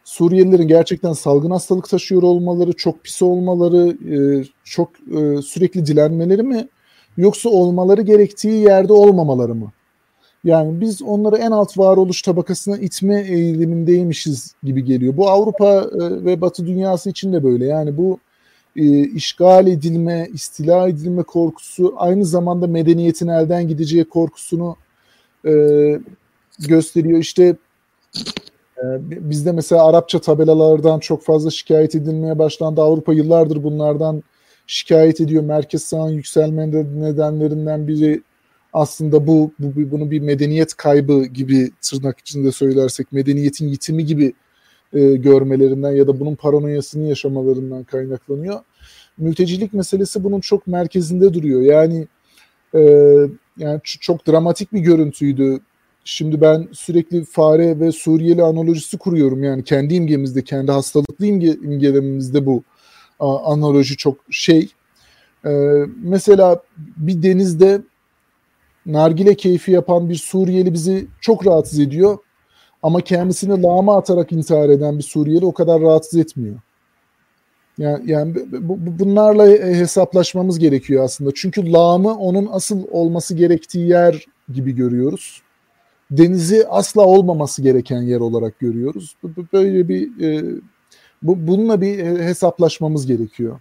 Suriyelilerin gerçekten salgın hastalık taşıyor olmaları, çok pis olmaları, e, çok e, sürekli dilenmeleri mi? Yoksa olmaları gerektiği yerde olmamaları mı? Yani biz onları en alt varoluş tabakasına itme eğilimindeymişiz gibi geliyor. Bu Avrupa e, ve Batı dünyası için de böyle. Yani bu e, işgal edilme, istila edilme korkusu aynı zamanda medeniyetin elden gideceği korkusunu e, gösteriyor. İşte e, bizde mesela Arapça tabelalardan çok fazla şikayet edilmeye başlandı. Avrupa yıllardır bunlardan şikayet ediyor. Merkez sağın yükselme nedenlerinden biri aslında bu, bu bunu bir medeniyet kaybı gibi, tırnak içinde söylersek medeniyetin yitimi gibi e, görmelerinden ya da bunun paranoyasını yaşamalarından kaynaklanıyor. Mültecilik meselesi bunun çok merkezinde duruyor. Yani e, yani çok dramatik bir görüntüydü. Şimdi ben sürekli fare ve Suriyeli analojisi kuruyorum. Yani kendi imgemizde, kendi hastalıklı imge, imgelemimizde bu a, analoji çok şey. E, mesela bir denizde nargile keyfi yapan bir Suriyeli bizi çok rahatsız ediyor. Ama kendisini lağma atarak intihar eden bir Suriyeli o kadar rahatsız etmiyor. Yani, yani bu, bunlarla hesaplaşmamız gerekiyor aslında. Çünkü lağımı onun asıl olması gerektiği yer gibi görüyoruz. Denizi asla olmaması gereken yer olarak görüyoruz. Böyle bir e, bu, bununla bir hesaplaşmamız gerekiyor.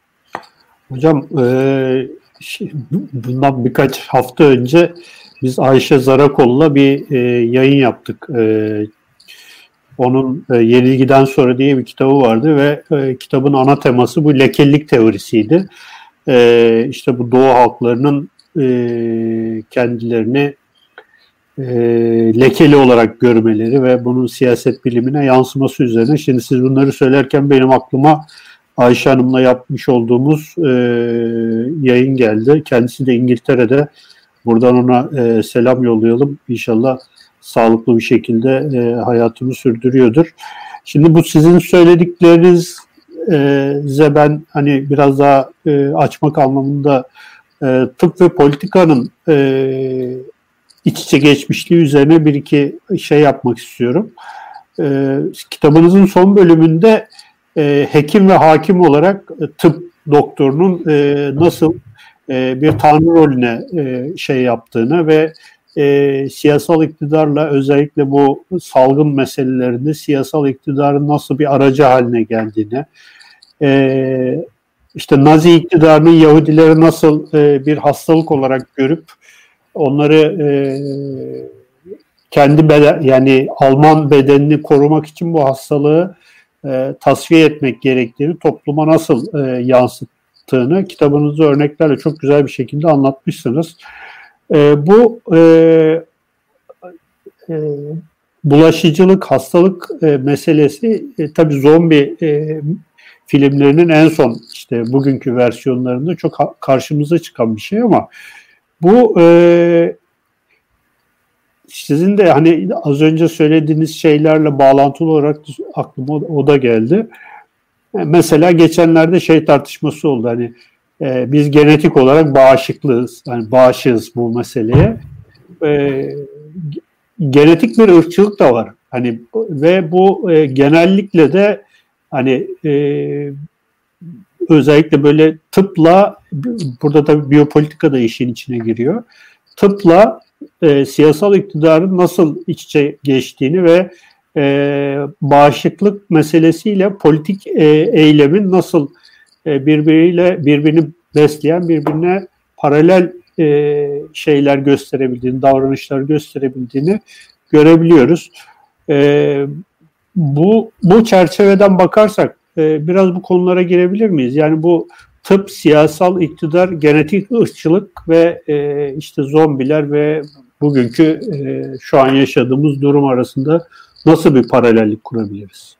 Hocam e, bundan birkaç hafta önce biz Ayşe Zarakol'la bir e, yayın yaptık. E, onun e, Yenilgiden Sonra diye bir kitabı vardı ve e, kitabın ana teması bu lekelik teorisiydi. E, işte bu Doğu halklarının e, kendilerini e, lekeli olarak görmeleri ve bunun siyaset bilimine yansıması üzerine. Şimdi siz bunları söylerken benim aklıma Ayşe Hanım'la yapmış olduğumuz e, yayın geldi. Kendisi de İngiltere'de. Buradan ona e, selam yollayalım. İnşallah sağlıklı bir şekilde e, hayatını sürdürüyordur. Şimdi bu sizin söylediklerinize ben hani biraz daha e, açmak anlamında e, tıp ve politikanın e, iç içe geçmişliği üzerine bir iki şey yapmak istiyorum. E, kitabınızın son bölümünde e, hekim ve hakim olarak e, tıp doktorunun e, nasıl e, bir tanrı rolüne e, şey yaptığını ve e, siyasal iktidarla özellikle bu salgın meselelerinde siyasal iktidarın nasıl bir aracı haline geldiğini, e, işte Nazi iktidarının Yahudileri nasıl e, bir hastalık olarak görüp onları e, kendi beden, yani Alman bedenini korumak için bu hastalığı e, tasfiye etmek gerektiğini, topluma nasıl e, yansıttığını kitabınızda örneklerle çok güzel bir şekilde anlatmışsınız. E, bu e, e, bulaşıcılık, hastalık e, meselesi e, tabii zombi e, filmlerinin en son işte bugünkü versiyonlarında çok ha- karşımıza çıkan bir şey ama bu e, sizin de hani az önce söylediğiniz şeylerle bağlantılı olarak aklıma o da geldi. Mesela geçenlerde şey tartışması oldu. Hani e, biz genetik olarak bağışıklıyız. Yani bağışığız bu meseleye. E, genetik bir ırkçılık da var. Hani ve bu e, genellikle de hani e, özellikle böyle tıpla, burada tabii biyopolitika da işin içine giriyor. Tıpla e, siyasal iktidarın nasıl iç içe geçtiğini ve e, bağışıklık meselesiyle politik e, eylemin nasıl e, birbiriyle birbirini besleyen, birbirine paralel e, şeyler gösterebildiğini, davranışlar gösterebildiğini görebiliyoruz. E, bu bu çerçeveden bakarsak e, biraz bu konulara girebilir miyiz? Yani bu tıp, siyasal iktidar, genetik ırkçılık ve e, işte zombiler ve bugünkü e, şu an yaşadığımız durum arasında nasıl bir paralellik kurabiliriz?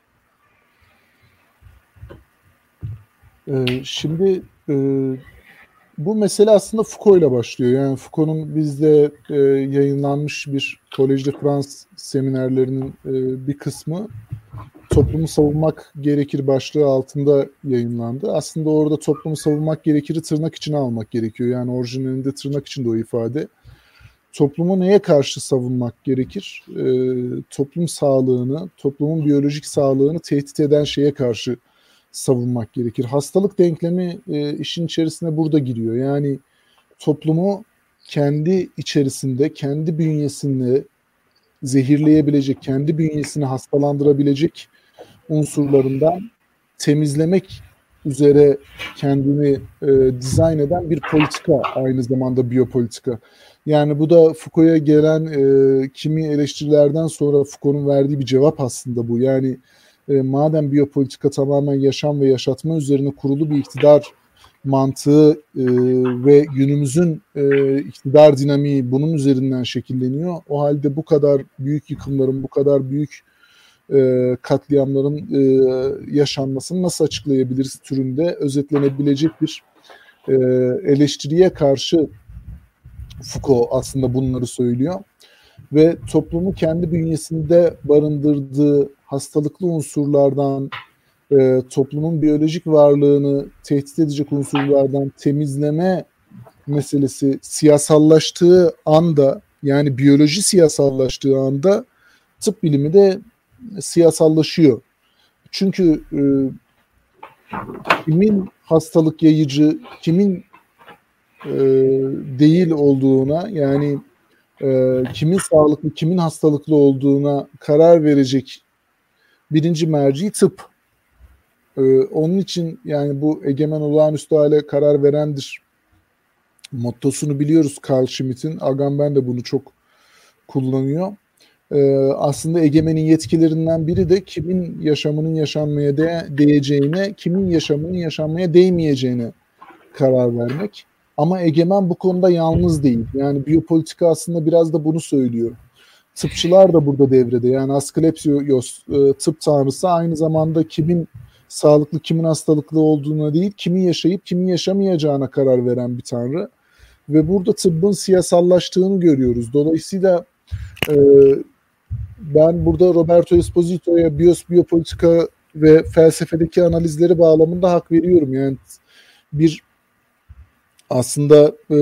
Ee, şimdi e, bu mesele aslında Foucault ile başlıyor. Yani Foucault'un bizde e, yayınlanmış bir Collège de France seminerlerinin e, bir kısmı toplumu savunmak gerekir başlığı altında yayınlandı. Aslında orada toplumu savunmak gerekiri tırnak içine almak gerekiyor. Yani orijinalinde tırnak içinde o ifade. toplumu neye karşı savunmak gerekir? E, toplum sağlığını, toplumun biyolojik sağlığını tehdit eden şeye karşı savunmak gerekir. Hastalık denklemi e, işin içerisine burada giriyor. Yani toplumu kendi içerisinde, kendi bünyesinde zehirleyebilecek, kendi bünyesini hastalandırabilecek unsurlarından temizlemek üzere kendini e, dizayn eden bir politika, aynı zamanda biyopolitika. Yani bu da Foucault'a gelen e, kimi eleştirilerden sonra Foucault'un verdiği bir cevap aslında bu. Yani e, madem biyopolitika tamamen yaşam ve yaşatma üzerine kurulu bir iktidar mantığı e, ve günümüzün e, iktidar dinamiği bunun üzerinden şekilleniyor. O halde bu kadar büyük yıkımların, bu kadar büyük e, katliamların e, yaşanmasını nasıl açıklayabiliriz türünde özetlenebilecek bir e, eleştiriye karşı Foucault aslında bunları söylüyor. Ve toplumu kendi bünyesinde barındırdığı hastalıklı unsurlardan, e, toplumun biyolojik varlığını tehdit edecek unsurlardan temizleme meselesi siyasallaştığı anda, yani biyoloji siyasallaştığı anda tıp bilimi de siyasallaşıyor. Çünkü e, kimin hastalık yayıcı, kimin e, değil olduğuna, yani e, kimin sağlıklı, kimin hastalıklı olduğuna karar verecek birinci merci tıp. E, onun için yani bu egemen olağanüstü hale karar verendir mottosunu biliyoruz Carl Schmitt'in. Agamben de bunu çok kullanıyor. Ee, aslında egemenin yetkilerinden biri de kimin yaşamının yaşanmaya de- değeceğine, kimin yaşamının yaşanmaya değmeyeceğine karar vermek. Ama egemen bu konuda yalnız değil. Yani biyopolitika aslında biraz da bunu söylüyor. Tıpçılar da burada devrede. Yani Asklepios e, tıp tanrısı aynı zamanda kimin sağlıklı, kimin hastalıklı olduğuna değil, kimin yaşayıp kimin yaşamayacağına karar veren bir tanrı. Ve burada tıbbın siyasallaştığını görüyoruz. Dolayısıyla e, ben burada Roberto Esposito'ya biyos, biyopolitika ve felsefedeki analizleri bağlamında hak veriyorum. Yani bir aslında e,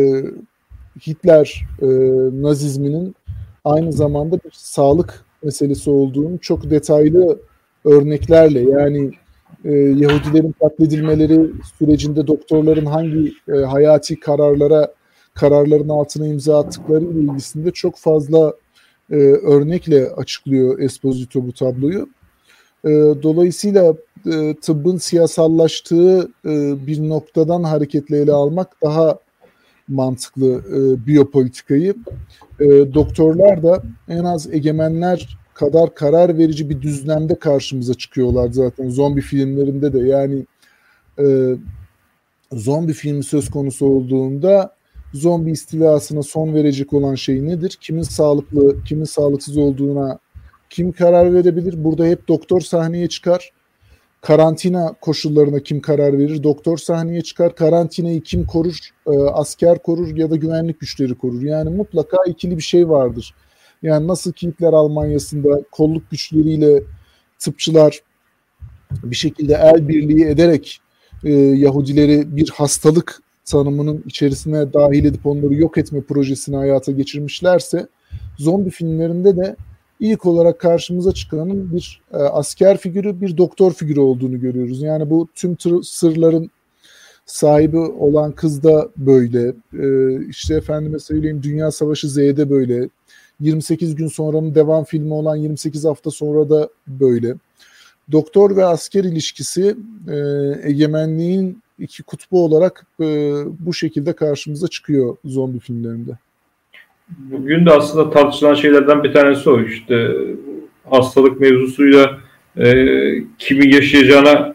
Hitler e, Nazizminin aynı zamanda bir sağlık meselesi olduğunu çok detaylı örneklerle, yani e, Yahudilerin katledilmeleri sürecinde doktorların hangi e, hayati kararlara kararların altına imza attıkları ile ilgisinde çok fazla e, örnekle açıklıyor Esposito bu tabloyu. E, dolayısıyla e, tıbbın siyasallaştığı e, bir noktadan hareketle ele almak daha mantıklı e, biyopolitikayı. E, doktorlar da en az egemenler kadar karar verici bir düzlemde karşımıza çıkıyorlar zaten zombi filmlerinde de. Yani e, zombi filmi söz konusu olduğunda zombi istilasına son verecek olan şey nedir? Kimin sağlıklı, kimin sağlıksız olduğuna kim karar verebilir? Burada hep doktor sahneye çıkar. Karantina koşullarına kim karar verir? Doktor sahneye çıkar. Karantinayı kim korur? E, asker korur ya da güvenlik güçleri korur. Yani mutlaka ikili bir şey vardır. Yani nasıl ki Hitler Almanya'sında kolluk güçleriyle tıpçılar bir şekilde el birliği ederek e, Yahudileri bir hastalık tanımının içerisine dahil edip onları yok etme projesini hayata geçirmişlerse, zombi filmlerinde de ilk olarak karşımıza çıkanın bir e, asker figürü, bir doktor figürü olduğunu görüyoruz. Yani bu tüm tır, sırların sahibi olan kız da böyle. E, işte efendime söyleyeyim Dünya Savaşı Z'de böyle. yirmi sekiz gün sonranın devam filmi olan yirmi sekiz hafta sonra da böyle. Doktor ve asker ilişkisi e, egemenliğin iki kutbu olarak e, bu şekilde karşımıza çıkıyor zombi filmlerinde. Bugün de aslında tartışılan şeylerden bir tanesi o. İşte hastalık mevzusuyla e, kimin yaşayacağına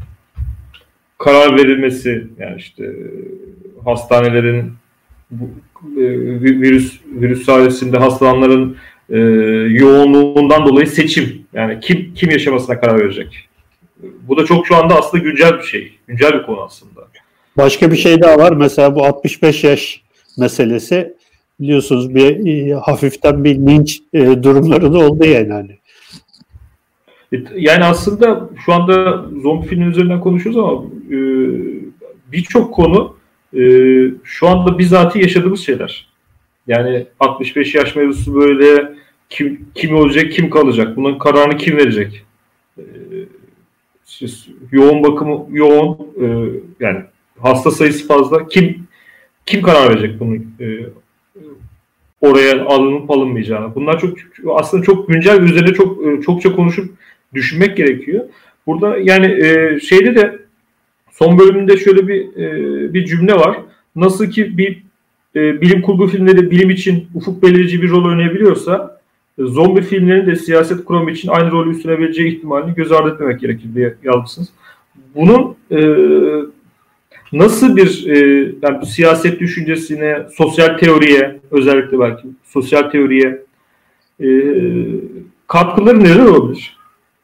karar verilmesi. Yani işte e, hastanelerin bu, e, virüs virüs sayesinde hastalananların e, yoğunluğundan dolayı seçim. Yani kim kim yaşamasına karar verecek. Bu da çok şu anda aslında güncel bir şey. Güncel bir konu aslında. Başka bir şey daha var. Mesela bu altmış beş yaş meselesi, biliyorsunuz bir e, hafiften bir linç e, durumları da oldu yani. Hani. Yani aslında şu anda zombi filmi üzerinden konuşuyoruz ama e, birçok konu e, şu anda bizatihi yaşadığımız şeyler. Yani altmış beş yaş mevzusu böyle kim kim olacak, kim kalacak? Bunun kararını kim verecek? Ee, işte yoğun bakımı yoğun e, yani hasta sayısı fazla. Kim kim karar verecek bunu e, oraya alınıp alınmayacağına? Bunlar çok aslında çok güncel ve üzerine çok çokça konuşup düşünmek gerekiyor. Burada yani e, şeyde de son bölümünde şöyle bir e, bir cümle var. Nasıl ki bir e, bilim kurgu filmleri bilim için ufuk belirici bir rol oynayabiliyorsa e, zombi filmlerinin de siyaset kuramı için aynı rolü üstlenebileceği ihtimalini göz ardı etmemek gerekir diye yazmışsınız. Bunun e, nasıl bir e, yani siyaset düşüncesine, sosyal teoriye, özellikle belki sosyal teoriye e, katkıları neler olabilir?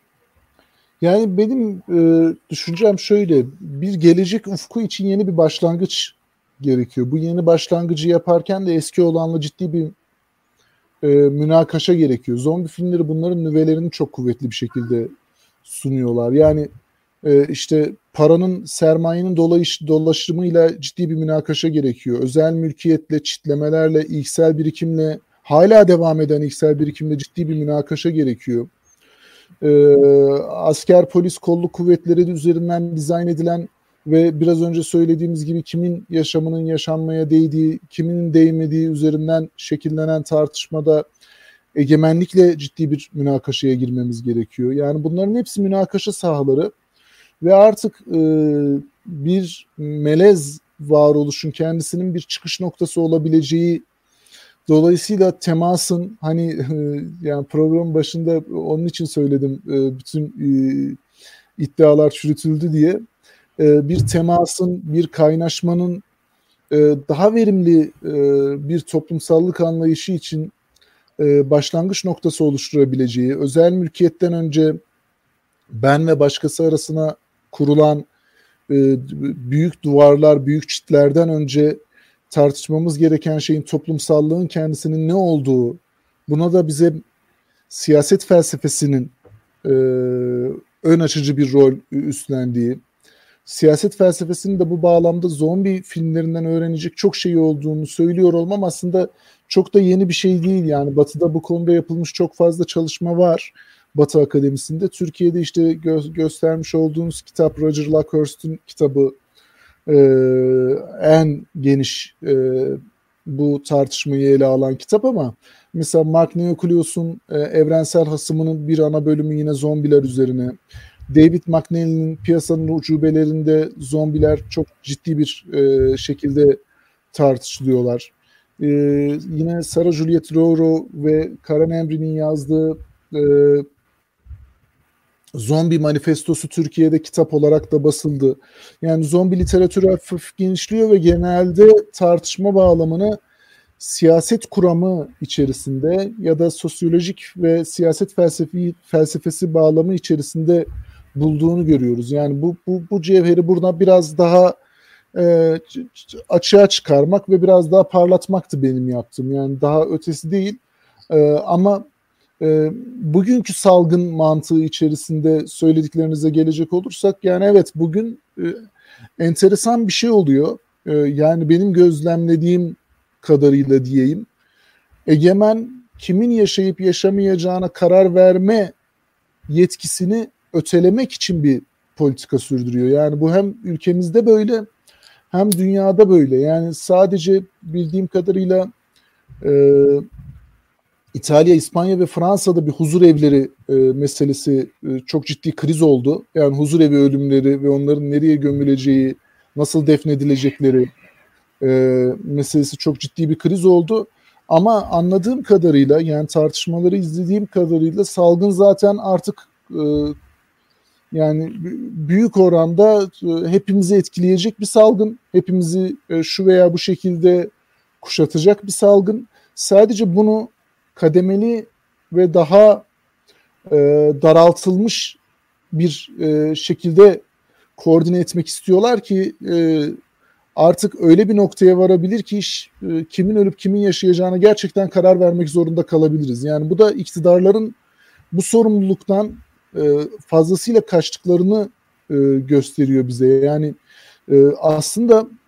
Yani benim e, düşüncem şöyle, bir gelecek ufku için yeni bir başlangıç gerekiyor. Bu yeni başlangıcı yaparken de eski olanla ciddi bir e, münakaşa gerekiyor. Zombi filmleri bunların nüvelerini çok kuvvetli bir şekilde sunuyorlar. Yani e, işte paranın, sermayenin dolayış, dolaşımıyla ciddi bir münakaşa gerekiyor. Özel mülkiyetle, çitlemelerle, ilksel birikimle, hala devam eden ilksel birikimle ciddi bir münakaşa gerekiyor. Ee, asker, polis, kolluk kuvvetleri üzerinden dizayn edilen ve biraz önce söylediğimiz gibi kimin yaşamının yaşanmaya değdiği, kiminin değmediği üzerinden şekillenen tartışmada egemenlikle ciddi bir münakaşaya girmemiz gerekiyor. Yani bunların hepsi münakaşa sahaları ve artık e, bir melez varoluşun kendisinin bir çıkış noktası olabileceği, dolayısıyla temasın, hani yani programın başında onun için söyledim, bütün iddialar çürütüldü diye, bir temasın, bir kaynaşmanın daha verimli bir toplumsallık anlayışı için başlangıç noktası oluşturabileceği, özel mülkiyetten önce ben ve başkası arasına kurulan büyük duvarlar, büyük çitlerden önce tartışmamız gereken şeyin toplumsallığın kendisinin ne olduğu, buna da bize siyaset felsefesinin e, ön açıcı bir rol üstlendiği, siyaset felsefesinin de bu bağlamda zombi filmlerinden öğrenecek çok şey olduğunu söylüyor olmam aslında çok da yeni bir şey değil. Yani Batı'da bu konuda yapılmış çok fazla çalışma var Batı Akademisi'nde. Türkiye'de işte gö- göstermiş olduğunuz kitap, Roger Luckhurst'un kitabı, Ee, en geniş e, bu tartışmayı ele alan kitap, ama mesela Mark Neocleos'un e, Evrensel Hasımı'nın bir ana bölümü yine zombiler üzerine. David McNally'nin Piyasanın Ucubelerinde zombiler çok ciddi bir e, şekilde tartışılıyorlar. E, yine Sarah Juliet Loro ve Karen Embry'nin yazdığı e, Zombi Manifestosu Türkiye'de kitap olarak da basıldı. Yani zombi literatürü hafif genişliyor ve genelde tartışma bağlamını siyaset kuramı içerisinde ya da sosyolojik ve siyaset felsefi, felsefesi bağlamı içerisinde bulduğunu görüyoruz. Yani bu bu, bu cevheri burada biraz daha e, açığa çıkarmak ve biraz daha parlatmaktı benim yaptığım. Yani daha ötesi değil. E, ama E, bugünkü salgın mantığı içerisinde söylediklerinize gelecek olursak, yani evet, bugün e, enteresan bir şey oluyor. E, yani benim gözlemlediğim kadarıyla diyeyim, egemen kimin yaşayıp yaşamayacağına karar verme yetkisini ötelemek için bir politika sürdürüyor. Yani bu hem ülkemizde böyle hem dünyada böyle. Yani sadece bildiğim kadarıyla e, İtalya, İspanya ve Fransa'da bir huzur evleri e, meselesi e, çok ciddi kriz oldu. Yani huzur evi ölümleri ve onların nereye gömüleceği, nasıl defnedilecekleri e, meselesi çok ciddi bir kriz oldu. Ama anladığım kadarıyla, yani tartışmaları izlediğim kadarıyla, salgın zaten artık e, yani büyük oranda e, hepimizi etkileyecek bir salgın. Hepimizi e, şu veya bu şekilde kuşatacak bir salgın. Sadece bunu kademeli ve daha e, daraltılmış bir e, şekilde koordine etmek istiyorlar ki e, artık öyle bir noktaya varabilir ki iş e, kimin ölüp kimin yaşayacağına gerçekten karar vermek zorunda kalabiliriz. Yani bu da iktidarların bu sorumluluktan e, fazlasıyla kaçtıklarını e, gösteriyor bize. Yani e, aslında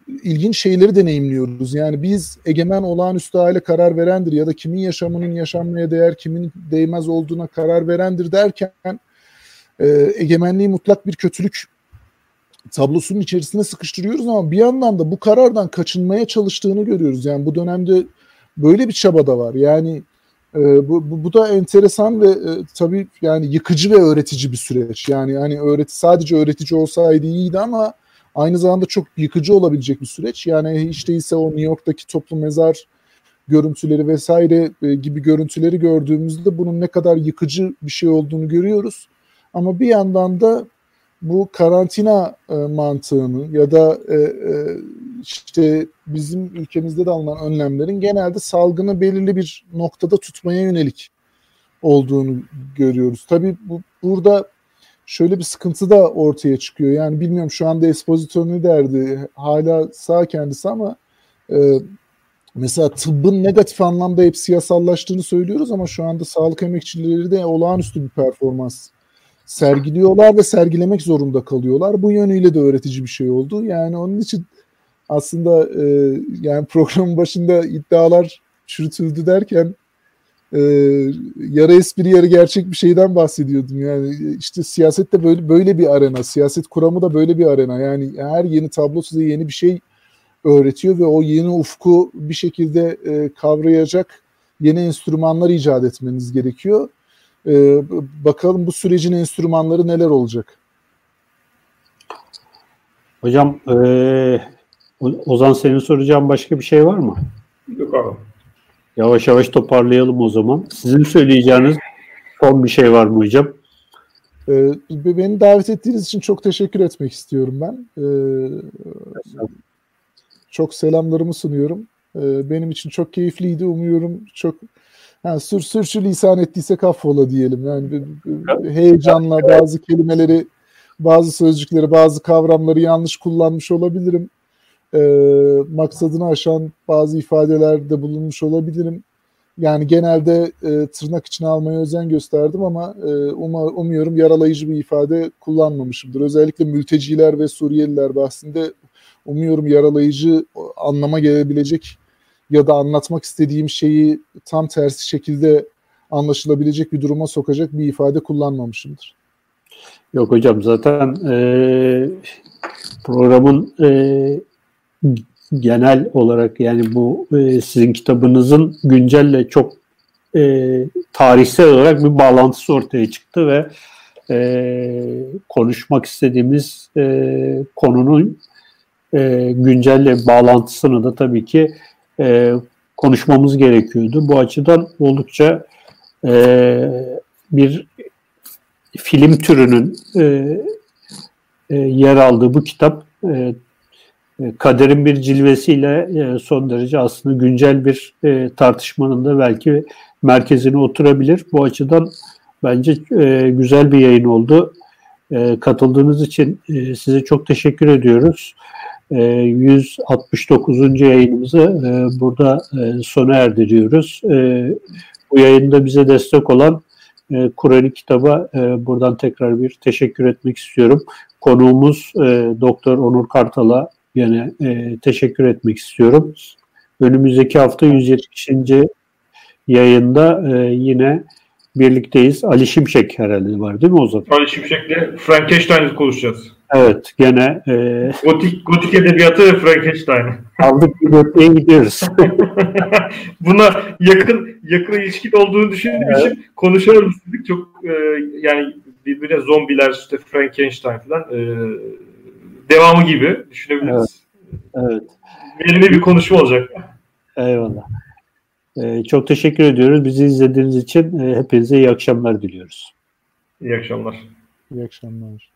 ilginç şeyleri deneyimliyoruz. Yani biz egemen olağanüstü hale karar verendir ya da kimin yaşamının yaşanmaya değer, kimin değmez olduğuna karar verendir derken e, egemenliği mutlak bir kötülük tablosunun içerisine sıkıştırıyoruz ama bir yandan da bu karardan kaçınmaya çalıştığını görüyoruz. Yani bu dönemde böyle bir çaba da var. Yani e, bu, bu, bu da enteresan ve e, tabii yani yıkıcı ve öğretici bir süreç. Yani hani öğreti sadece öğretici olsaydı iyiydi ama aynı zamanda çok yıkıcı olabilecek bir süreç. Yani hiç değilse o New York'taki toplu mezar görüntüleri vesaire e, gibi görüntüleri gördüğümüzde bunun ne kadar yıkıcı bir şey olduğunu görüyoruz. Ama bir yandan da bu karantina e, mantığını ya da e, e, işte bizim ülkemizde de alınan önlemlerin genelde salgını belirli bir noktada tutmaya yönelik olduğunu görüyoruz. Tabii bu, burada şöyle bir sıkıntı da ortaya çıkıyor. Yani bilmiyorum şu anda Esposito ne derdi, hala sağ kendisi ama e, mesela tıbbın negatif anlamda hep siyasallaştığını söylüyoruz ama şu anda sağlık emekçileri de olağanüstü bir performans sergiliyorlar ve sergilemek zorunda kalıyorlar. Bu yönüyle de öğretici bir şey oldu. Yani onun için aslında e, yani programın başında iddialar çürütüldü derken e, yarı espri yarı gerçek bir şeyden bahsediyordum. Yani işte siyasette böyle böyle bir arena, siyaset kuramı da böyle bir arena. Yani her yeni tablo size yeni bir şey öğretiyor ve o yeni ufku bir şekilde e, kavrayacak yeni enstrümanlar icat etmeniz gerekiyor. Ee, bakalım bu sürecin enstrümanları neler olacak? Hocam ee, Ozan senin soracağın başka bir şey var mı? Yok abi. Yavaş yavaş toparlayalım o zaman. Sizin söyleyeceğiniz son bir şey var mı hocam? Ee, beni davet ettiğiniz için çok teşekkür etmek istiyorum ben. Ee, çok selamlarımı sunuyorum. Ee, benim için çok keyifliydi. Umuyorum çok yani sür sürçü lisan ettiysek affola diyelim. Yani heyecanla bazı kelimeleri, bazı sözcükleri, bazı kavramları yanlış kullanmış olabilirim. E, maksadını aşan bazı ifadelerde bulunmuş olabilirim. Yani genelde e, tırnak içine almaya özen gösterdim ama e, um, umuyorum yaralayıcı bir ifade kullanmamışımdır. Özellikle mülteciler ve Suriyeliler bahsinde umuyorum yaralayıcı anlama gelebilecek ya da anlatmak istediğim şeyi tam tersi şekilde anlaşılabilecek bir duruma sokacak bir ifade kullanmamışımdır. Yok hocam zaten e, programın e, genel olarak yani bu e, sizin kitabınızın güncelle çok e, tarihsel olarak bir bağlantısı ortaya çıktı ve e, konuşmak istediğimiz e, konunun e, güncelle bağlantısını da tabii ki e, konuşmamız gerekiyordu. Bu açıdan oldukça e, bir film türünün e, e, yer aldığı bu kitap e, kaderin bir cilvesiyle e, son derece aslında güncel bir e, tartışmanın da belki merkezine oturabilir. Bu açıdan bence e, güzel bir yayın oldu. E, katıldığınız için e, size çok teşekkür ediyoruz. E, yüz altmış dokuzuncu yayınımızı e, burada e, sona erdiriyoruz. E, bu yayında bize destek olan e, Kur'an-ı Kitab'a e, buradan tekrar bir teşekkür etmek istiyorum. Konuğumuz e, Doktor Onur Kartal'a yine e, teşekkür etmek istiyorum. Önümüzdeki hafta yüz yetmişinci yayında e, yine birlikteyiz. Ali Şimşek herhalde var değil mi o zaman? Ali Şimşek'le Frankenstein'i konuşacağız. Evet gene e, Gotik, gotik edebiyatı ve Frankenstein'i. Aldık bir noktaya gidiyoruz. Buna yakın yakın ilişkin olduğunu düşündüğüm evet. için konuşalım istedik. Çok e, yani birbirine zombiler işte Frankenstein falan e, devamı gibi düşünebiliriz. Evet. Evet. Verimli bir konuşma olacak. Eyvallah. Ee, çok teşekkür ediyoruz. Bizi izlediğiniz için e, hepinize iyi akşamlar diliyoruz. İyi akşamlar. İyi akşamlar.